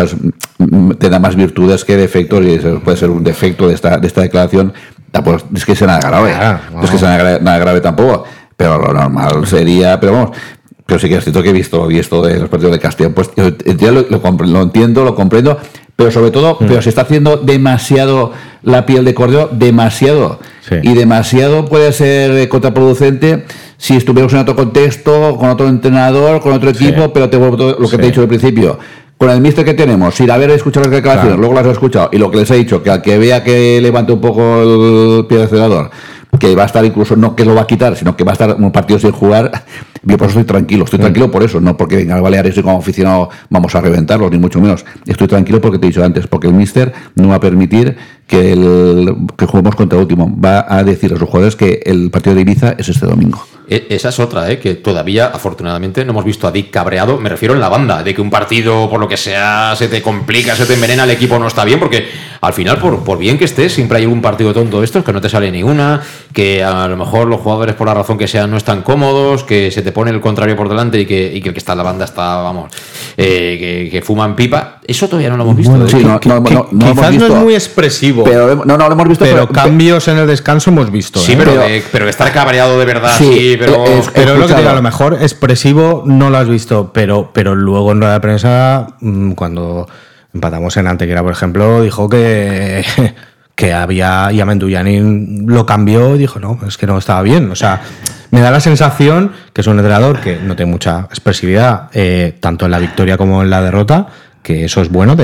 da más virtudes que defectos, y eso puede ser un defecto de esta declaración. Pues es que sea nada grave, es que sea nada grave tampoco, pero lo normal sería, pero vamos, pero sí que es cierto que he visto de los partidos de Castellón, pues ya lo entiendo, lo comprendo, pero sobre todo, pero se está haciendo demasiado la piel de cordero, demasiado, y demasiado puede ser contraproducente si estuviéramos en otro contexto, con otro entrenador, con otro equipo, pero te vuelvo todo lo que te he dicho al principio. Con el míster que tenemos, sin haber escuchado las declaraciones, luego las he escuchado, y lo que les he dicho, que al que vea que levante un poco el pie del acelerador, que va a estar incluso, no que lo va a quitar, sino que va a estar un partido sin jugar, yo por eso estoy tranquilo por eso, no porque venga al Baleares y como aficionado vamos a reventarlos, ni mucho menos. Estoy tranquilo porque te he dicho antes, porque el míster no va a permitir que juguemos contra el último, va a decir a sus jugadores que el partido de Ibiza es este domingo. Esa es otra, que todavía, afortunadamente, no hemos visto a Dick cabreado. Me refiero en la banda, de que un partido, por lo que sea, se te complica, se te envenena, el equipo no está bien, porque al final, por bien que estés, siempre hay algún partido tonto de estos que no te sale ni una, que a lo mejor los jugadores, por la razón que sea, no están cómodos, que se te pone el contrario por delante y que el que está en la banda está, vamos, que fuman pipa. Eso todavía no lo hemos visto. Bueno, sí, quizás no es muy expresivo, pero no lo hemos visto, pero cambios en el descanso hemos visto. Sí, pero estar cabreado de verdad, sí, pero lo que te digo, a lo mejor expresivo no lo has visto, pero luego en rueda de prensa, cuando empatamos en Antequera, por ejemplo, dijo que había, y Amenduyanin lo cambió y dijo, no, es que no estaba bien. O sea, me da la sensación que es un entrenador que no tiene mucha expresividad, tanto en la victoria como en la derrota, que eso es bueno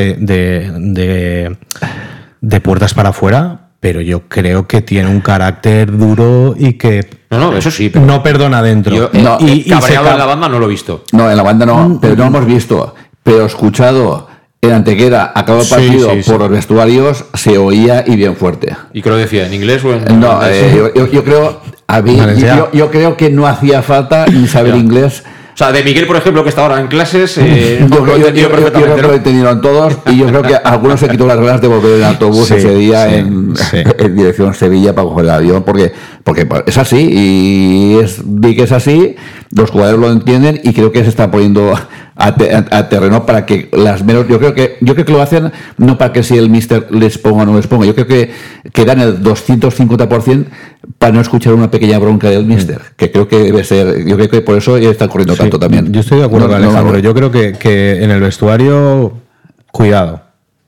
de puertas para afuera, pero yo creo que tiene un carácter duro y que eso sí, pero no perdona dentro. Y cabreado en la banda no lo he visto. No, en la banda no, pero no lo hemos visto. Pero escuchado en Antequera, acabado el partido por los vestuarios, se oía y bien fuerte. ¿Y qué lo decía? ¿En inglés o en...? No, yo creo... Yo creo que no hacía falta ni saber inglés. O sea, de Miguel, por ejemplo, que está ahora en clases, yo creo que lo entendieron todos, y yo creo que algunos se quitó las ganas de volver en autobús ese día en dirección Sevilla para coger el avión, porque porque es así y vi que es así, los jugadores lo entienden y creo que se está poniendo a terreno para que las menos, yo creo que lo hacen no para que si el míster les ponga o no les ponga, yo creo que dan el 250% para no escuchar una pequeña bronca del míster, que creo que debe ser, yo creo que por eso está corriendo tanto también. Yo estoy de acuerdo con Alejandro, yo creo que en el vestuario, cuidado.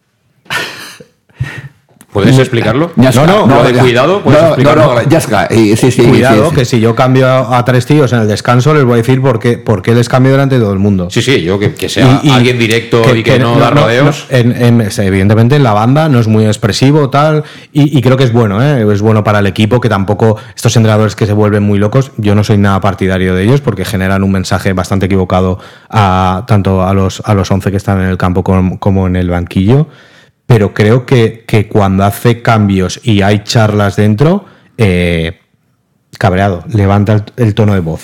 ¿Puedes explicarlo? No, de cuidado, ¿puedes explicarlo? Sí, cuidado, que si yo cambio a 3 tíos en el descanso, les voy a decir por qué les cambio delante de todo el mundo. Sí, yo que sea alguien directo y que no da rodeos. Evidentemente en la banda no es muy expresivo, tal, y creo que es bueno, es bueno para el equipo, que tampoco estos entrenadores que se vuelven muy locos, yo no soy nada partidario de ellos, porque generan un mensaje bastante equivocado tanto a los 11 que están en el campo como en el banquillo. Pero creo que cuando hace cambios y hay charlas dentro, cabreado, levanta el tono de voz.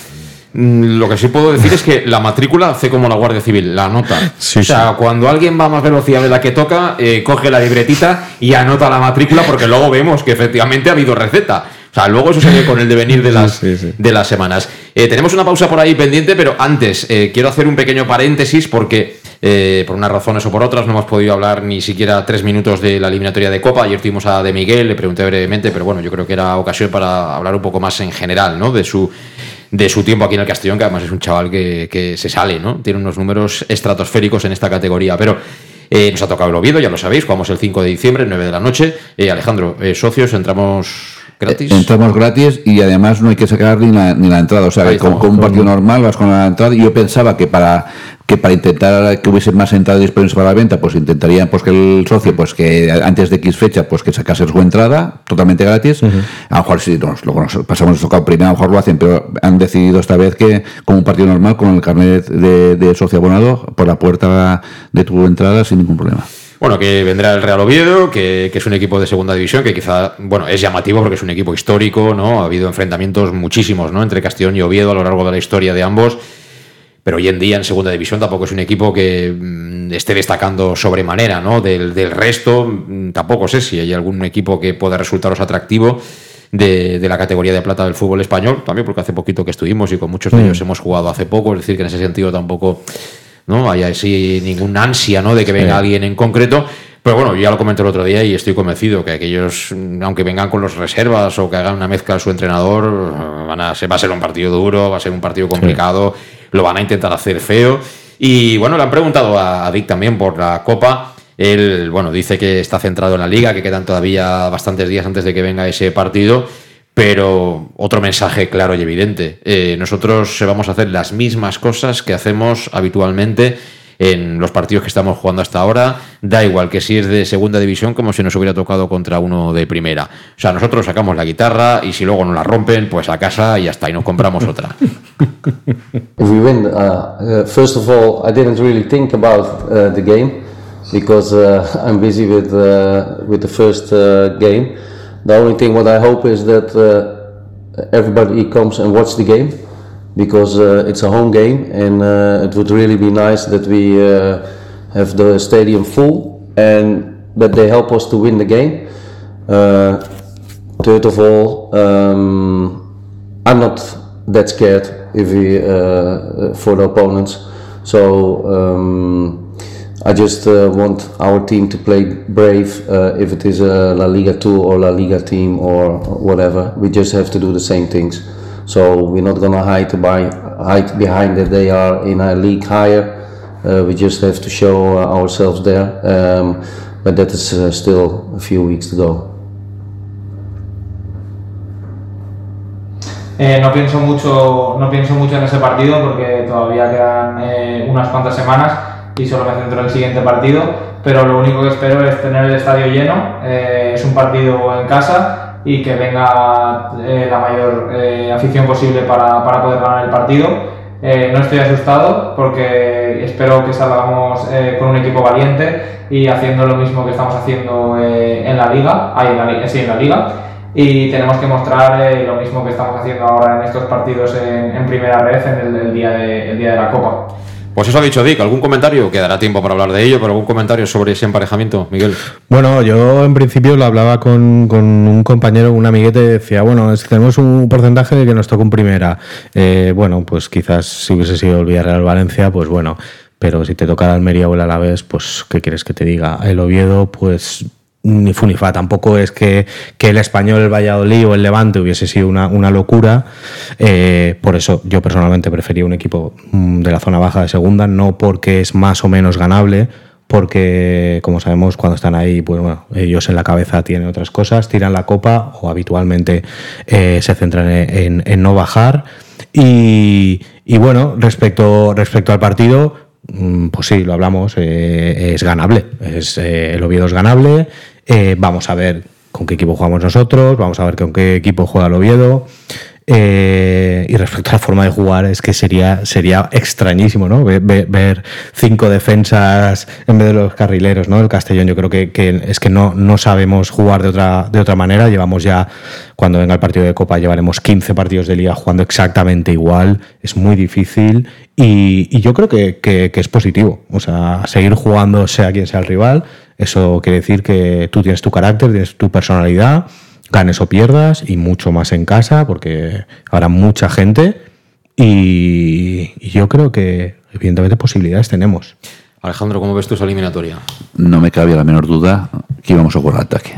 Lo que sí puedo decir es que la matrícula hace como la Guardia Civil, la anota. Sí, o sea, cuando alguien va a más velocidad de la que toca, coge la libretita y anota la matrícula, porque luego vemos que efectivamente ha habido receta. O sea, luego eso se ve con el devenir de las semanas. Tenemos una pausa por ahí pendiente, pero antes quiero hacer un pequeño paréntesis porque por unas razones o por otras no hemos podido hablar ni siquiera 3 minutos de la eliminatoria de Copa. Ayer tuvimos a De Miguel, le pregunté brevemente, pero bueno, yo creo que era ocasión para hablar un poco más en general, ¿no? De su tiempo aquí en el Castellón, que además es un chaval que se sale, ¿no? Tiene unos números estratosféricos en esta categoría, pero nos ha tocado el Oviedo, ya lo sabéis, jugamos el 5 de diciembre, 9 de la noche. Alejandro, socios, entramos gratis. Entramos gratis y además no hay que sacar ni la entrada, o sea, que con un partido normal vas con la entrada, y yo pensaba que para intentar que hubiese más entradas disponibles para la venta, pues intentarían pues que el socio, pues que antes de X fecha, pues que sacase su entrada totalmente gratis. A lo mejor si nos pasamos tocado primero, a lo mejor lo hacen, pero han decidido esta vez que como un partido normal, con el carnet de socio abonado por la puerta de tu entrada sin ningún problema. Bueno, que vendrá el Real Oviedo, que es un equipo de segunda división, que quizá, bueno, es llamativo porque es un equipo histórico, ¿no? Ha habido enfrentamientos muchísimos, ¿no? Entre Castellón y Oviedo a lo largo de la historia de ambos. Pero hoy en día en segunda división tampoco es un equipo que esté destacando sobremanera, ¿no? Del resto, tampoco sé si hay algún equipo que pueda resultaros atractivo de la categoría de plata del fútbol español, también porque hace poquito que estuvimos y con muchos de ellos hemos jugado hace poco, es decir, que en ese sentido tampoco no hay así ninguna ansia, ¿no? De que venga alguien en concreto. Pero bueno, yo ya lo comenté el otro día y estoy convencido que aquellos, aunque vengan con los reservas o que hagan una mezcla a su entrenador, va a ser un partido duro, va a ser un partido complicado, lo van a intentar hacer feo. Y bueno, le han preguntado a Dick también por la Copa. Él, bueno, dice que está centrado en la Liga, que quedan todavía bastantes días antes de que venga ese partido. Pero otro mensaje claro y evidente. Nosotros vamos a hacer las mismas cosas que hacemos habitualmente en los partidos que estamos jugando hasta ahora. Da igual que si es de segunda división como si nos hubiera tocado contra uno de primera. O sea, nosotros sacamos la guitarra y si luego nos la rompen, pues a casa y ya está, y nos compramos otra. If we win, first of all, I didn't really think about the game because I'm busy with the first game. The only thing what I hope is that everybody comes and watch the game, because it's a home game, and it would really be nice that we have the stadium full and that they help us to win the game. Third of all, I'm not that scared if we for the opponents, so I just want our team to play brave. If it is a La Liga 2 or La Liga team or whatever, we just have to do the same things. So we're not going to hide behind that they are in a league higher. We just have to show ourselves there. But that is still a few weeks to go. No pienso mucho en ese partido porque todavía quedan unas cuantas semanas y solo me centro en el siguiente partido, pero lo único que espero es tener el estadio lleno. Es un partido en casa y que venga la mayor afición posible para poder ganar el partido. No estoy asustado porque espero que salgamos con un equipo valiente y haciendo lo mismo que estamos haciendo en la Liga, en la Liga, y tenemos que mostrar lo mismo que estamos haciendo ahora en estos partidos en primera red el día de la Copa. Pues eso ha dicho Dick. ¿Algún comentario? Quedará tiempo para hablar de ello, pero ¿algún comentario sobre ese emparejamiento, Miguel? Bueno, yo en principio lo hablaba con un compañero, un amiguete, decía, bueno, si tenemos un porcentaje de que nos toca un primera. Bueno, pues quizás si hubiese sido el Villarreal-Valencia, pues bueno, pero si te toca el Almería o el Alavés, pues ¿qué quieres que te diga? El Oviedo, pues ni fu ni fa. Tampoco es que el Español, el Valladolid o el Levante hubiese sido una locura. Por eso yo personalmente prefería un equipo de la zona baja de segunda, no porque es más o menos ganable, porque como sabemos cuando están ahí, pues bueno, ellos en la cabeza tienen otras cosas, tiran la copa o habitualmente se centran en no bajar. Y bueno, respecto al partido, pues sí, lo hablamos, es ganable, el Oviedo es ganable. Vamos a ver con qué equipo jugamos nosotros, vamos a ver con qué equipo juega el Oviedo. Y respecto a la forma de jugar, es que sería extrañísimo, ¿no? Ver 5 defensas en vez de los carrileros, ¿no? El Castellón, yo creo que es que no sabemos jugar de otra manera. Llevamos ya, cuando venga el partido de Copa, llevaremos 15 partidos de Liga jugando exactamente igual. Es muy difícil y yo creo que es positivo. O sea, seguir jugando sea quien sea el rival, eso quiere decir que tú tienes tu carácter, tienes tu personalidad, ganes o pierdas, y mucho más en casa, porque habrá mucha gente y yo creo que evidentemente posibilidades tenemos. Alejandro, ¿cómo ves tú esa eliminatoria? No me cabía la menor duda que íbamos a jugar al ataque.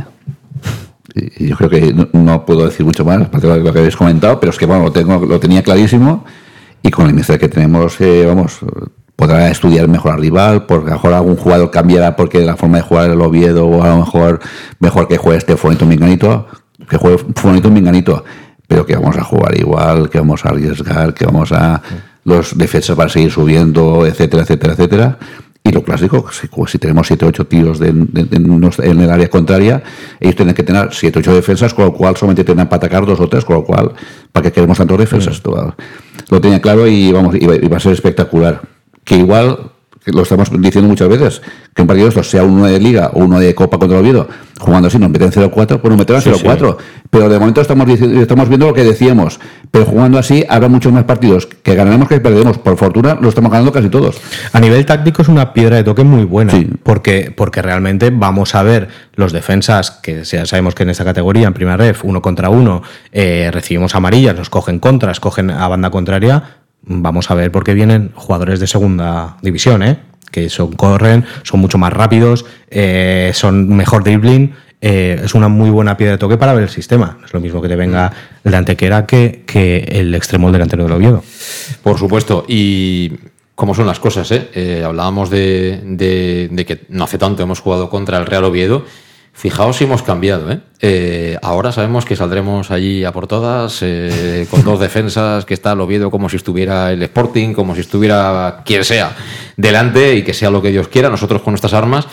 Y yo creo que no puedo decir mucho más, aparte de lo que habéis comentado, pero es que bueno, lo tenía clarísimo, y con la iniciativa que tenemos, podrá estudiar mejor al rival, porque a lo mejor algún jugador cambiará porque la forma de jugar el Oviedo, o a lo mejor que juegue este Fuenito Minganito, que juegue Fuenito Minganito, pero que vamos a jugar igual, que vamos a arriesgar, que vamos a los defensas van a seguir subiendo, etcétera, etcétera, etcétera. Y lo clásico, si tenemos 7 o 8 tiros en el área contraria, ellos tienen que tener 7 o 8 defensas, con lo cual solamente tendrán para atacar 2 o 3, con lo cual, ¿para qué queremos tantas defensas? Lo tenía claro y vamos, iba a ser espectacular. Que igual, que lo estamos diciendo muchas veces, que un partido de estos, sea uno de Liga o uno de Copa contra el Oviedo, jugando así, nos meten 0-4, pues nos meterán 0-4. Sí. Pero de momento estamos viendo lo que decíamos, pero jugando así habrá muchos más partidos que ganaremos que perderemos. Por fortuna lo estamos ganando casi todos. A nivel táctico es una piedra de toque muy buena, sí. porque realmente vamos a ver los defensas, que ya sabemos que en esta categoría, en primera ref, 1 contra 1, recibimos amarillas, nos cogen contras, cogen a banda contraria. Vamos a ver por qué vienen jugadores de segunda división, que corren, son mucho más rápidos, son mejor dribbling. Es una muy buena piedra de toque para ver el sistema. No es lo mismo que te venga el de Antequera que el extremo del delantero del Oviedo. Por supuesto. Y cómo son las cosas, hablábamos de que no hace tanto hemos jugado contra el Real Oviedo. Fijaos si hemos cambiado, ahora sabemos que saldremos allí a por todas, con 2 defensas, que está el Oviedo como si estuviera el Sporting, como si estuviera quien sea delante, y que sea lo que Dios quiera, nosotros con nuestras armas.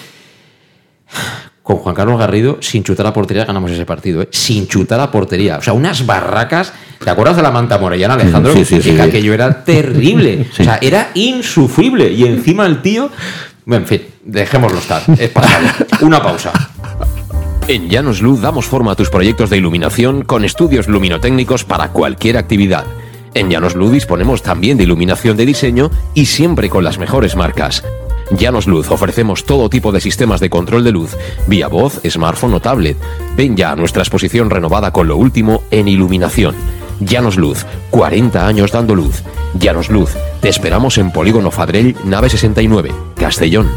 Con Juan Carlos Garrido, sin chutar a portería, ganamos ese partido, sin chutar a portería. O sea, unas barracas. ¿Te acuerdas de la Manta Morellana, Alejandro? Sí. Que aquello era terrible. Sí. O sea, era insufrible. Y encima el tío... En fin, dejémoslo estar. Es pasable. Una pausa. En Llanos Luz damos forma a tus proyectos de iluminación con estudios luminotécnicos para cualquier actividad. En Llanos Luz disponemos también de iluminación de diseño y siempre con las mejores marcas. Llanos Luz ofrecemos todo tipo de sistemas de control de luz, vía voz, smartphone o tablet. Ven ya a nuestra exposición renovada con lo último en iluminación. Llanos Luz, 40 años dando luz. Llanos Luz, te esperamos en Polígono Fadrell, nave 69, Castellón.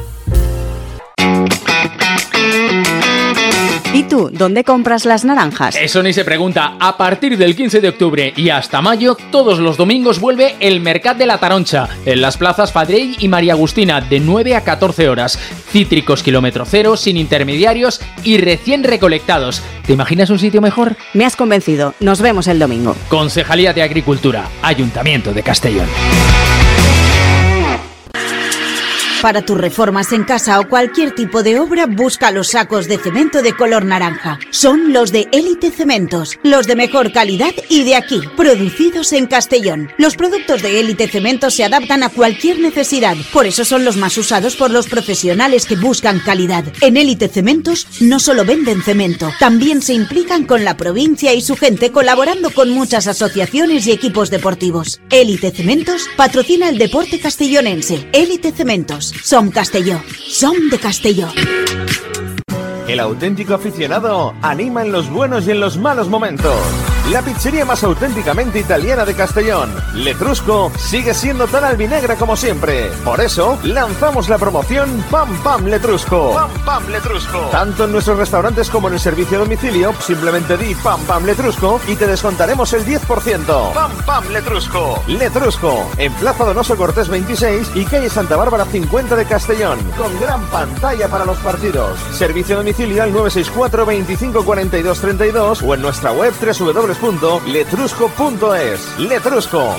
¿Y tú, dónde compras las naranjas? Eso ni se pregunta. A partir del 15 de octubre y hasta mayo, todos los domingos vuelve el Mercat de la Taroncha, en las plazas Fadrell y María Agustina, de 9 a 14 horas. Cítricos kilómetro cero, sin intermediarios y recién recolectados. ¿Te imaginas un sitio mejor? Me has convencido. Nos vemos el domingo. Concejalía de Agricultura, Ayuntamiento de Castellón. Para tus reformas en casa o cualquier tipo de obra, busca los sacos de cemento de color naranja. Son los de Élite Cementos, los de mejor calidad y de aquí, producidos en Castellón. Los productos de Élite Cementos se adaptan a cualquier necesidad, por eso son los más usados por los profesionales que buscan calidad. En Élite Cementos no solo venden cemento, también se implican con la provincia y su gente, colaborando con muchas asociaciones y equipos deportivos. Élite Cementos patrocina el deporte castellonense. Élite Cementos, som Castelló, som de Castelló. El auténtico aficionado anima en los buenos y en los malos momentos. La pizzería más auténticamente italiana de Castellón, Letrusco, sigue siendo tan albinegra como siempre. Por eso, lanzamos la promoción Pam Pam Letrusco. Pam Pam Letrusco. Tanto en nuestros restaurantes como en el servicio a domicilio, simplemente di Pam Pam Letrusco y te descontaremos el 10%. Pam Pam Letrusco. Letrusco, en Plaza Donoso Cortés 26 y calle Santa Bárbara 50 de Castellón, con gran pantalla para los partidos. Servicio a domicilio al 964 25 42 32 o en nuestra web www.letrusco.es. Letrusco.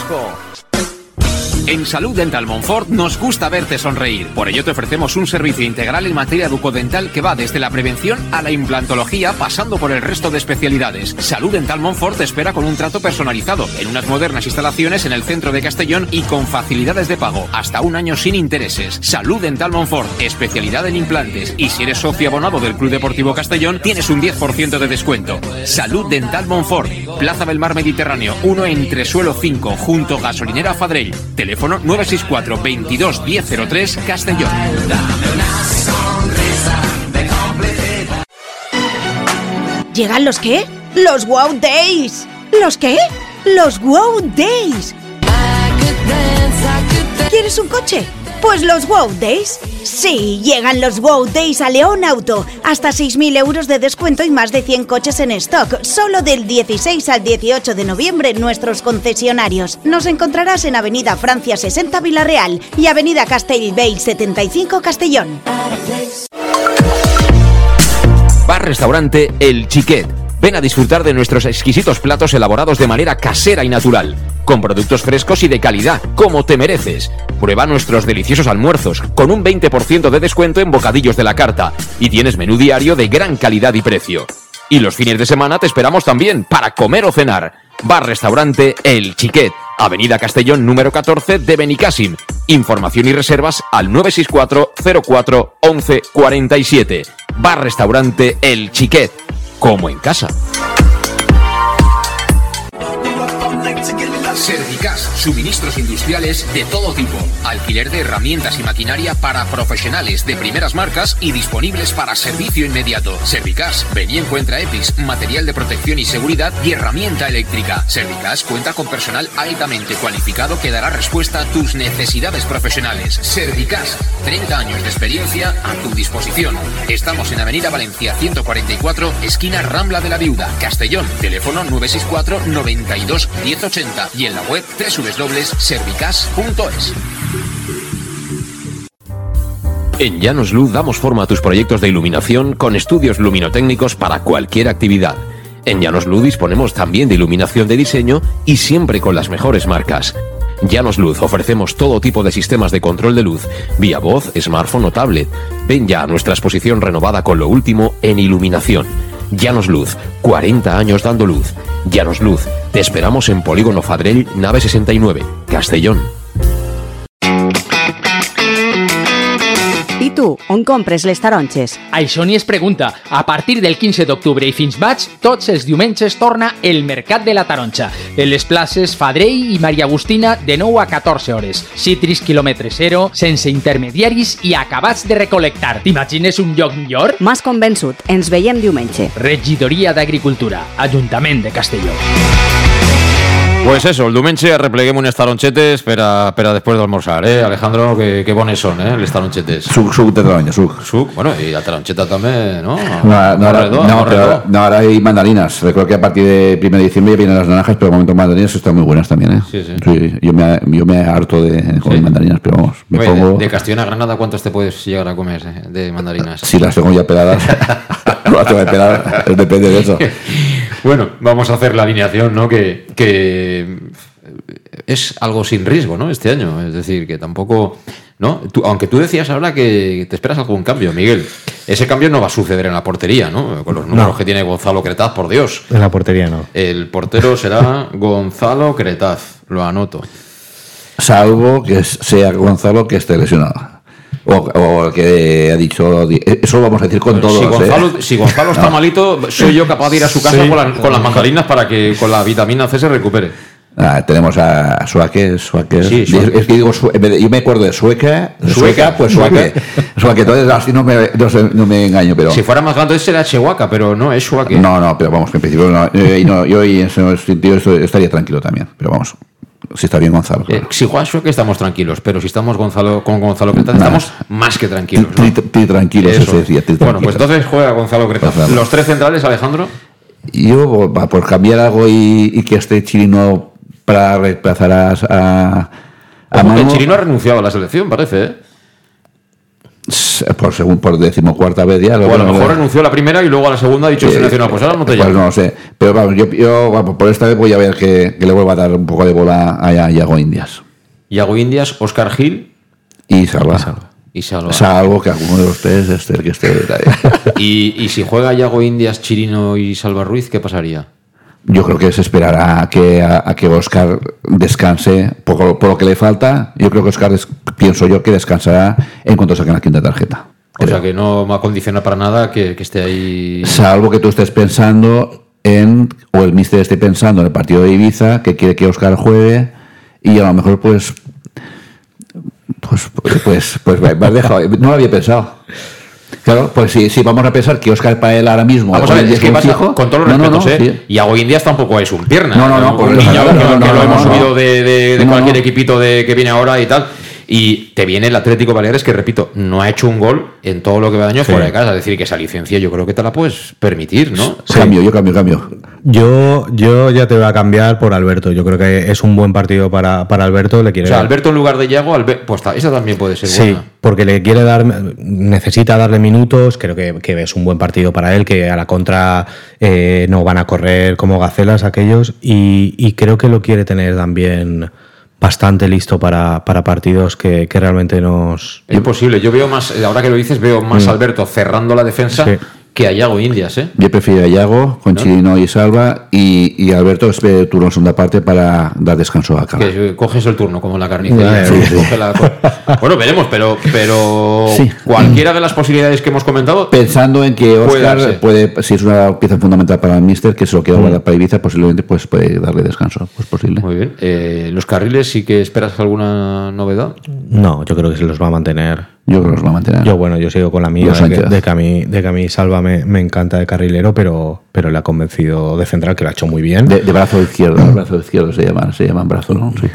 En Salud Dental Montfort nos gusta verte sonreír. Por ello te ofrecemos un servicio integral en materia bucodental que va desde la prevención a la implantología, pasando por el resto de especialidades. Salud Dental Montfort te espera con un trato personalizado en unas modernas instalaciones en el centro de Castellón y con facilidades de pago, hasta un año sin intereses. Salud Dental Montfort, especialidad en implantes. Y si eres socio abonado del Club Deportivo Castellón, tienes un 10% de descuento. Salud Dental Montfort, Plaza del Mar Mediterráneo 1 Entresuelo 5, junto Gasolinera Fadrell. Teléfono 964 22 1003 Castellón. ¿Llegan los qué? ¡Los Wow Days! ¿Los qué? ¡Los Wow Days! ¿Quieres un coche? Pues los Wow Days. Sí, llegan los Wow Days a León Auto. Hasta 6.000 euros de descuento y más de 100 coches en stock. Solo del 16 al 18 de noviembre en nuestros concesionarios. Nos encontrarás en Avenida Francia 60 Villarreal y Avenida Castellbell 75 Castellón. Bar-restaurante El Xiquet. Ven a disfrutar de nuestros exquisitos platos elaborados de manera casera y natural, con productos frescos y de calidad, como te mereces. Prueba nuestros deliciosos almuerzos, con un 20% de descuento en bocadillos de la carta, y tienes menú diario de gran calidad y precio. Y los fines de semana te esperamos también para comer o cenar. Bar-restaurante El Xiquet, Avenida Castellón número 14 de Benicàssim. Información y reservas al 964 04 11 47. Bar-restaurante El Xiquet, como en casa. Servicas, suministros industriales de todo tipo, alquiler de herramientas y maquinaria para profesionales de primeras marcas y disponibles para servicio inmediato. Servicas, ven y encuentra EPIs, material de protección y seguridad y herramienta eléctrica. Servicas cuenta con personal altamente cualificado que dará respuesta a tus necesidades profesionales. Servicas, 30 años de experiencia a tu disposición. Estamos en Avenida Valencia 144, esquina Rambla de la Viuda, Castellón. Teléfono 964 92 1080 y en la web www.servicas.es. En Llanos Luz damos forma a tus proyectos de iluminación con estudios luminotécnicos para cualquier actividad. En Llanos Luz disponemos también de iluminación de diseño y siempre con las mejores marcas. Llanos Luz ofrecemos todo tipo de sistemas de control de luz, vía voz, smartphone o tablet. Ven ya a nuestra exposición renovada con lo último en iluminación. Llanos Luz, 40 años dando luz. Llanos Luz, te esperamos en Polígono Fadrell, nave 69, Castellón. I tu, on compres les taronges? Això ni es pregunta. A partir del 15 d'octubre i fins maig, tots els diumenges torna el Mercat de la Taronja. En les places Fadrell i Maria Agustina de 9 a 14 hores. Citris quilòmetre zero, sense intermediaris i acabats de recol·lectar. T'imagines un lloc millor? M'has convençut. Ens veiem diumenge. Regidoria d'Agricultura, Ajuntament de Castelló. Pues eso, el diumenge arrepleguem unes taronxetes per a després d'almorzar, Alejandro? Que bones són, les taronxetes. Suc de taronja, suc. Suc, bueno, y la taroncheta también, ¿no? No, ahora hay mandarinas. Recuerdo que a partir de 1 de diciembre vienen las naranjas, pero de momento mandarinas están muy buenas también, ¿eh? Sí. Yo me harto de comer mandarinas, pero vamos, me pongo... De Castellón a Granada, ¿cuántos te puedes llegar a comer de mandarinas? Si las tengo ya peladas, no las tengo que pelar, depende de eso. Bueno, vamos a hacer la alineación, ¿no? Que es algo sin riesgo, ¿no? Este año, es decir, que tampoco ¿no? Aunque tú decías ahora que te esperas algún cambio, Miguel. Ese cambio no va a suceder en la portería, ¿no? Con los números que tiene Gonzalo Cretaz, por Dios. En la portería no. El portero será Gonzalo Cretaz, lo anoto. Salvo que sea Gonzalo que esté lesionado. O el que ha dicho... Eso lo vamos a decir con todos. Si Gonzalo está malito, soy yo capaz de ir a su casa con las manzarinas para que con la vitamina C se recupere. Tenemos a Suáquez. Sí, es que digo, yo me acuerdo de Sueca, pues Suáquez. Entonces así no me engaño. Pero si fuera más grande será Chehuaca, pero no, es Suáquez. No, pero vamos, que en principio yo en ese sentido estaría tranquilo también. Pero vamos, si está bien Gonzalo. Claro. Si juega Suáquez estamos tranquilos, pero si estamos con Gonzalo Cretaz estamos más que tranquilos. Tranquilos, eso decía. Bueno, pues entonces juega Gonzalo Cretaz. Los 3 centrales, Alejandro. Yo, por cambiar algo y que esté Chirino para reemplazar a Manu. El Chirino ha renunciado a la selección, parece, ¿eh? Por 14ª vez ya. O a lo mejor renunció a la primera y luego a la segunda ha dicho seleccionado. Pues ahora no te llamo. Pues no sé. Pero vamos, yo por esta vez voy a ver que le vuelva a dar un poco de bola a Iago Indias. Iago Indias, Óscar Gil y Salva. Salvo que alguno de los tres esté el que esté. y si juega Iago Indias, Chirino y Salva Ruiz, ¿qué pasaría? Yo creo que se esperará a que Óscar descanse por lo que le falta. Yo creo que Óscar, pienso yo, que descansará en cuanto saquen la quinta tarjeta. O sea que no me acondiciona para nada que esté ahí. Salvo que tú estés pensando o el míster esté pensando en el partido de Ibiza, que quiere que Óscar juegue, y a lo mejor pues me has dejado. No lo había pensado. Claro, pues si vamos a pensar que Óscar para él ahora mismo... Vamos a ver, es que pasa, con todos los respetos, sí. Y Iago Indias tampoco es un pierna. Un niño que lo hemos subido de cualquier equipito que viene ahora y tal. Y te viene el Atlético Baleares, que repito, no ha hecho un gol en todo lo que va de año fuera de casa. Es decir, que esa licencia yo creo que te la puedes permitir, ¿no? Sí. Cambio. Yo ya te voy a cambiar por Alberto. Yo creo que es un buen partido para Alberto. O sea, Alberto en lugar de Iago, pues esa también puede ser buena. Sí, porque necesita darle minutos. Creo que es un buen partido para él, que a la contra no van a correr como gacelas aquellos. Y creo que lo quiere tener también bastante listo para partidos que realmente nos... Es posible, yo veo más, ahora que lo dices, veo más a Alberto cerrando la defensa que a Iago Indias, ¿eh? Yo prefiero a Iago con Chirino y Salva, y Alberto espera el turno en segunda parte para dar descanso a Cala. Que coges el turno como en la carnicería. Bueno, veremos, pero cualquiera de las posibilidades que hemos comentado, pensando en que Óscar puede, si es una pieza fundamental para el míster, que se lo quiera guardar para Ibiza, posiblemente pues puede darle descanso, pues posible. Muy bien. ¿Los carriles sí que esperas alguna novedad? No, yo creo que se los va a mantener. Yo creo que los va a mantener. Yo sigo con la mía de que a mí Salva me encanta de carrilero, pero le ha convencido de central, que lo ha hecho muy bien. De brazo izquierdo se llaman brazo, ¿no? Sí.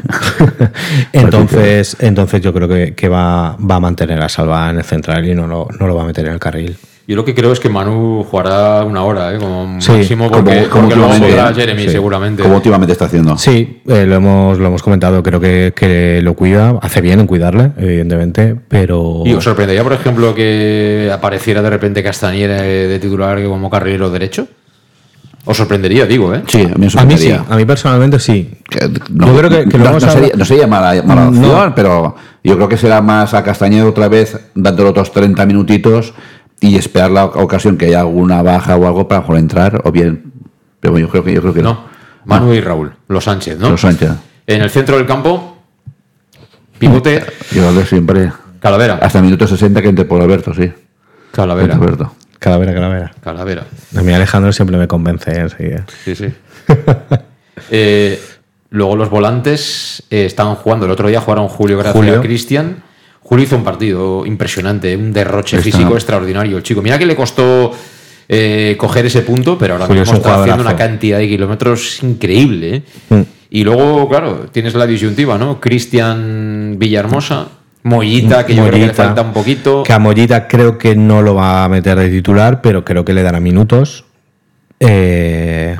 entonces yo creo que va a mantener a Salva en el central y no lo va a meter en el carril. Yo lo que creo es que Manu jugará una hora, como máximo, porque luego podrá Jeremy seguramente. Como últimamente está haciendo. Sí, lo hemos comentado, creo que lo cuida, hace bien en cuidarle, evidentemente, pero... ¿Y os sorprendería, por ejemplo, que apareciera de repente Castañera de titular como carrilero derecho? ¿Os sorprendería, digo, eh? Sí, a mí me sorprendería. A mí personalmente sí. Yo creo que no sería mala opción, pero yo creo que será más a Castañeda otra vez, dándole otros 30 minutitos y esperar la ocasión que haya alguna baja o algo para poder entrar, o bien, pero yo creo que no. Manu y Raúl, los Sánchez, ¿no? Los Sánchez. En el centro del campo, pivote. Yo de siempre. Calavera. Hasta el minuto 60 que entre por Alberto, sí. Calavera. Alberto. Calavera. A mí Alejandro siempre me convence, sí. Luego los volantes estaban jugando. El otro día jugaron Julio Gracia y Cristian. Julio hizo un partido impresionante, un derroche físico extraordinario. El chico, mira que le costó coger ese punto, pero ahora mismo está haciendo una cantidad de kilómetros increíble. Y luego, claro, tienes la disyuntiva, ¿no? Cristian Villahermosa, Mollita, que yo creo que le falta un poquito. Que a Mollita creo que no lo va a meter de titular, pero creo que le dará minutos. Es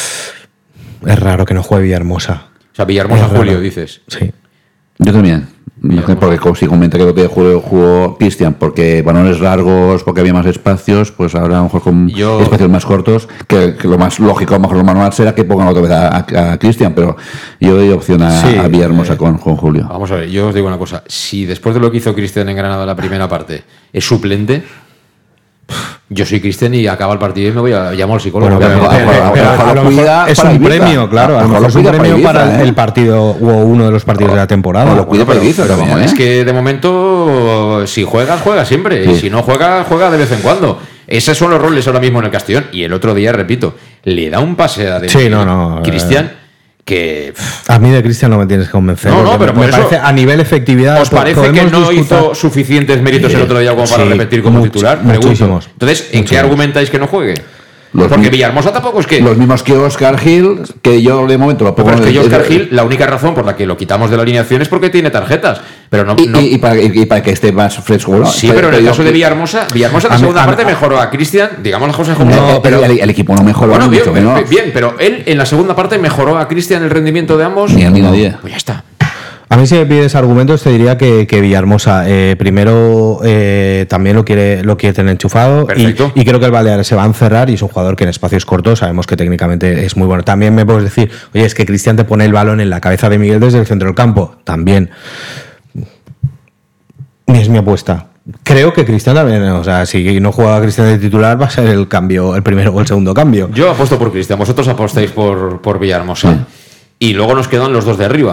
raro que no juegue Villahermosa. O sea, Villahermosa Julio, dices. Sí. Yo también. Porque si comenta que el otro día jugó Cristian, porque balones largos, porque había más espacios, pues ahora a lo mejor con espacios más cortos, que lo más lógico, a lo mejor lo manual será que pongan otra vez a Cristian, pero yo doy opción a Villahermosa con Julio. Vamos a ver, yo os digo una cosa, si después de lo que hizo Cristian en Granada la primera parte es suplente, yo soy Cristian y acaba el partido y me llamo al psicólogo. Es un premio, claro. A lo mejor es un premio para el partido o uno de los partidos de la temporada. Lo cuida para Ibiza, pero es que de momento, si juegas, juega siempre. Sí. Y si no juega, juega de vez en cuando. Esos son los roles ahora mismo en el Castellón. Y el otro día, repito, le da un pase a Cristian. Que a mí de Cristian no me tienes que convencer. No, pero me parece a nivel efectividad. ¿Os parece que no hizo suficientes méritos el otro día como para repetir como titular? Muchísimos. Entonces, ¿en qué argumentáis que no juegue? Porque Villahermosa tampoco es que... Los mismos que Óscar Gil, que yo de momento lo pongo... Pero es que Óscar Gil, la única razón por la que lo quitamos de la alineación es porque tiene tarjetas. Pero no, y para que esté más fresco. ¿No? Sí, pero en el caso de Villahermosa en la segunda parte mejoró a Cristian, digamos las cosas como... No, pero el equipo no mejoró. Bueno, bien, pero él en la segunda parte mejoró a Cristian el rendimiento de ambos. Ni a mí nadie. Pues ya está. A mí si me pides argumentos te diría que Villahermosa primero también lo quiere tener enchufado y creo que el Baleares se va a encerrar y es un jugador que en espacios cortos sabemos que técnicamente es muy bueno. También me puedes decir, oye, es que Cristian te pone el balón en la cabeza de Miguel desde el centro del campo. También. Es mi apuesta. Creo que Cristian también, o sea, si no juega Cristian de titular va a ser el primero o el segundo cambio. Yo apuesto por Cristian, vosotros apostáis por Villahermosa. Sí. Y luego nos quedan los dos de arriba.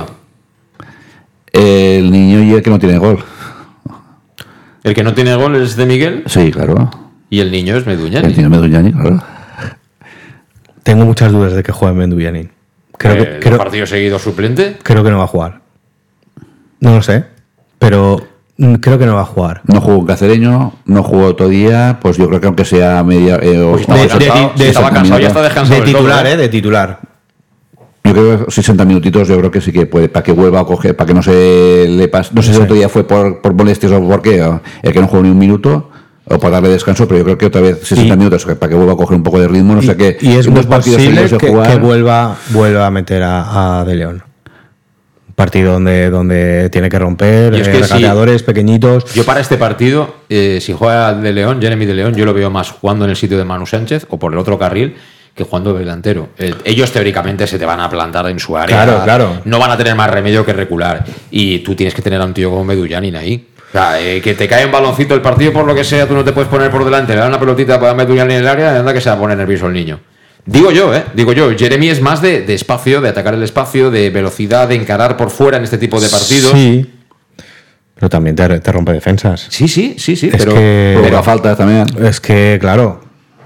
El niño y el que no tiene gol. ¿El que no tiene gol es de Miguel? Sí, claro. ¿Y el niño es Meduñani? El niño es Meduñani, claro. Tengo muchas dudas de que juegue Meduñani. ¿El partido seguido suplente? Creo que no va a jugar. No lo sé, pero creo que no va a jugar. No jugó Cacereño, no jugó otro día, pues yo creo que aunque sea media... estaba cansado, ya está descansado. De titular. Yo creo que 60 minutitos yo creo que sí que puede, para que vuelva a coger, para que no se le pase. No sé si el otro día fue por molestias o por qué, el que no jugó ni un minuto, o para darle descanso, pero yo creo que otra vez 60 minutos para que vuelva a coger un poco de ritmo, no sé qué. Y es muy posible que vuelva a meter a De León. Un partido donde tiene que romper, regateadores pequeñitos. Yo para este partido, si juega De León, Jeremy De León, yo lo veo más jugando en el sitio de Manu Sánchez o por el otro carril, que jugando delantero. Ellos teóricamente se te van a plantar en su área. Claro. No van a tener más remedio que recular. Y tú tienes que tener a un tío como Meduñanin ahí. O sea, que te cae un baloncito el partido por lo que sea, tú no te puedes poner por delante, le dan una pelotita para Meduñanin en el área y anda que se va a poner nervioso el niño. Digo yo. Jeremy es más de espacio, de atacar el espacio, de velocidad, de encarar por fuera en este tipo de partidos. Sí. Pero también te rompe defensas. Sí. Pero falta también. Es que, claro.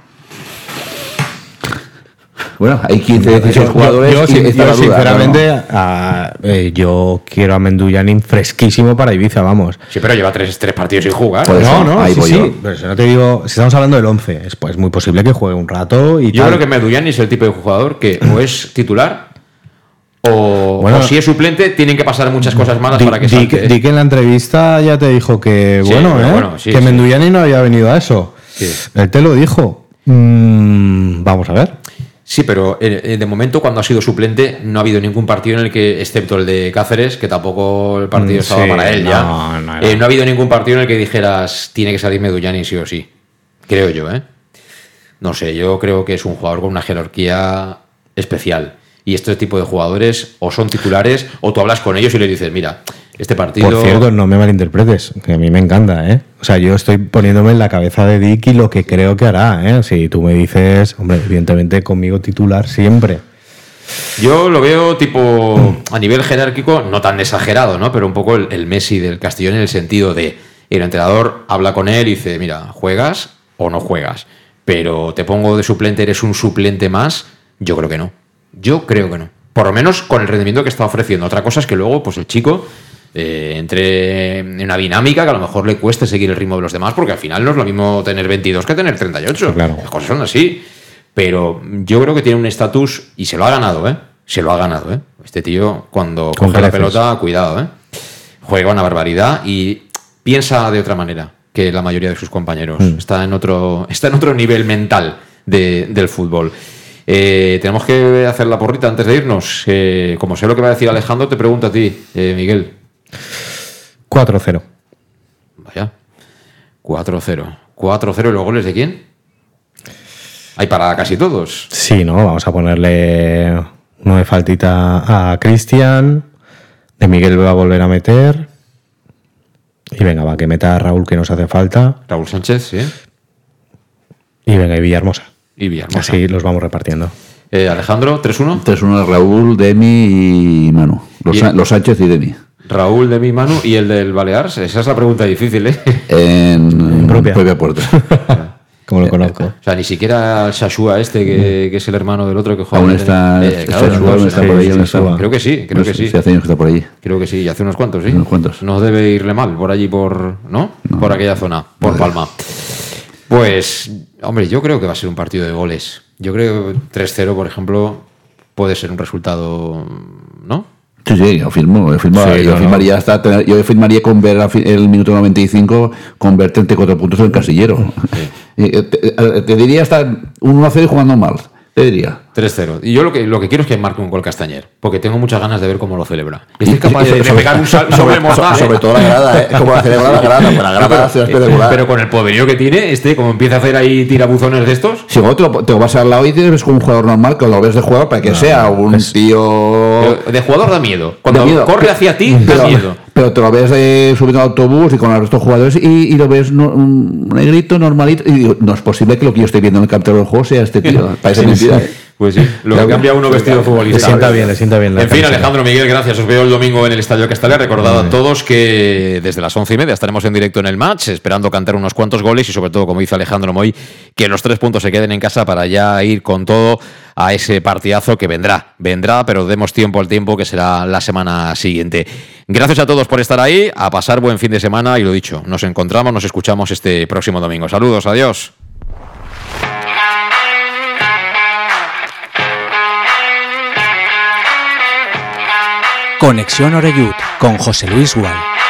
Bueno, hay 15, 16 jugadores. Yo sinceramente, yo quiero a Meduñanin fresquísimo para Ibiza, vamos. Sí, pero lleva tres partidos sin jugar. Sí. Pero si no te digo, si estamos hablando del 11, es pues muy posible que juegue un rato y yo creo que Meduñanin es el tipo de jugador que o es titular o si es suplente, tienen que pasar muchas cosas malas para que salte. Di que en la entrevista ya te dijo que, que Meduñanin no había venido a eso. Sí. Él te lo dijo. Vamos a ver. Sí, pero de momento cuando ha sido suplente no ha habido ningún partido en el que, excepto el de Cáceres, que tampoco el partido estaba para él ya, no ha habido ningún partido en el que dijeras tiene que salir Meduñanin sí o sí. Creo yo, No sé, yo creo que es un jugador con una jerarquía especial. Y este tipo de jugadores o son titulares o tú hablas con ellos y les dices, mira, este partido... Por cierto, no me malinterpretes, que a mí me encanta, O sea, yo estoy poniéndome en la cabeza de Dick y lo que creo que hará, Si tú me dices, hombre, evidentemente conmigo titular siempre. Yo lo veo tipo, a nivel jerárquico, no tan exagerado, ¿no? Pero un poco el Messi del Castellón en el sentido de el entrenador habla con él y dice, mira, ¿juegas o no juegas? Pero te pongo de suplente, ¿eres un suplente más? Yo creo que no. Por lo menos con el rendimiento que está ofreciendo. Otra cosa es que luego, pues el chico entre en una dinámica que a lo mejor le cueste seguir el ritmo de los demás, porque al final no es lo mismo tener 22 que tener 38. Sí, claro. Las cosas son así. Pero yo creo que tiene un estatus y se lo ha ganado, Se lo ha ganado, Este tío, cuando coge la pelota, cuidado, Juega una barbaridad y piensa de otra manera que la mayoría de sus compañeros. Está en otro nivel mental del fútbol. Tenemos que hacer la porrita antes de irnos. Como sé lo que va a decir Alejandro, te pregunto a ti, Miguel. 4-0. Vaya. 4-0. 4-0. ¿Y los goles de quién? Hay para casi todos. Sí, ¿no? Vamos a ponerle uno de faltita a Cristian. De Miguel va a volver a meter. Y venga, va, que meta a Raúl, que nos hace falta. Raúl Sánchez, sí. Y venga, y Villahermosa. Y Villahermosa. Así los vamos repartiendo. Alejandro, 3-1. 3-1 Raúl, Demi y Manu. Los Sánchez y Demi. Raúl, Demi, Manu y el del Balears. Esa es la pregunta difícil, ¿eh? En propia puerta. Como lo conozco. O sea, ni siquiera el Shashua que es el hermano del otro que juega. Aún está, claro, está por ahí. Creo que sí, creo que sí. Hace años que está por allí. Creo que sí, y hace unos cuantos, sí. Unos cuantos. No debe irle mal por allí, ¿no? Por aquella zona, por Palma. Pues, hombre, yo creo que va a ser un partido de goles. Yo creo que 3-0, por ejemplo, puede ser un resultado, ¿no? Sí, yo firmaría con ver el minuto 95 con ver 34 puntos en el casillero. Sí. Te diría hasta 1-0 y jugando mal. Te diría 3-0. Y yo lo que quiero es que marque un gol Castañer, porque tengo muchas ganas de ver cómo lo celebra. Estoy capaz de pegar un salto sobre todo la grada, como la celebra la grada, la grada espectacular. Pero con el poderío que tiene, como empieza a hacer ahí tirabuzones de estos. Si luego te lo vas al lado y te ves como un jugador normal, que lo ves de jugador para que sea un tío. De jugador da miedo. Cuando corre hacia ti, da miedo. Pero te lo ves subiendo al autobús y con el resto de jugadores y lo ves un negrito, normalito. Y digo, no es posible que lo que yo estoy viendo en el capítulo del juego sea este tío. Parece mentira, ¿eh? Pues sí, lo que cambia uno vestido de futbolista. Le sienta bien. En fin, Alejandro, Miguel, gracias. Os veo el domingo en el Estadio Castalia. Recordad a todos que desde las 11:30 estaremos en directo en el match, esperando cantar unos cuantos goles y sobre todo, como dice Alejandro Moy, que los 3 puntos se queden en casa para ya ir con todo a ese partidazo que vendrá, pero demos tiempo al tiempo, que será la semana siguiente. Gracias a todos por estar ahí, a pasar buen fin de semana y lo dicho, nos escuchamos este próximo domingo. Saludos, adiós. Conexión Oreyud con José Luis Gual.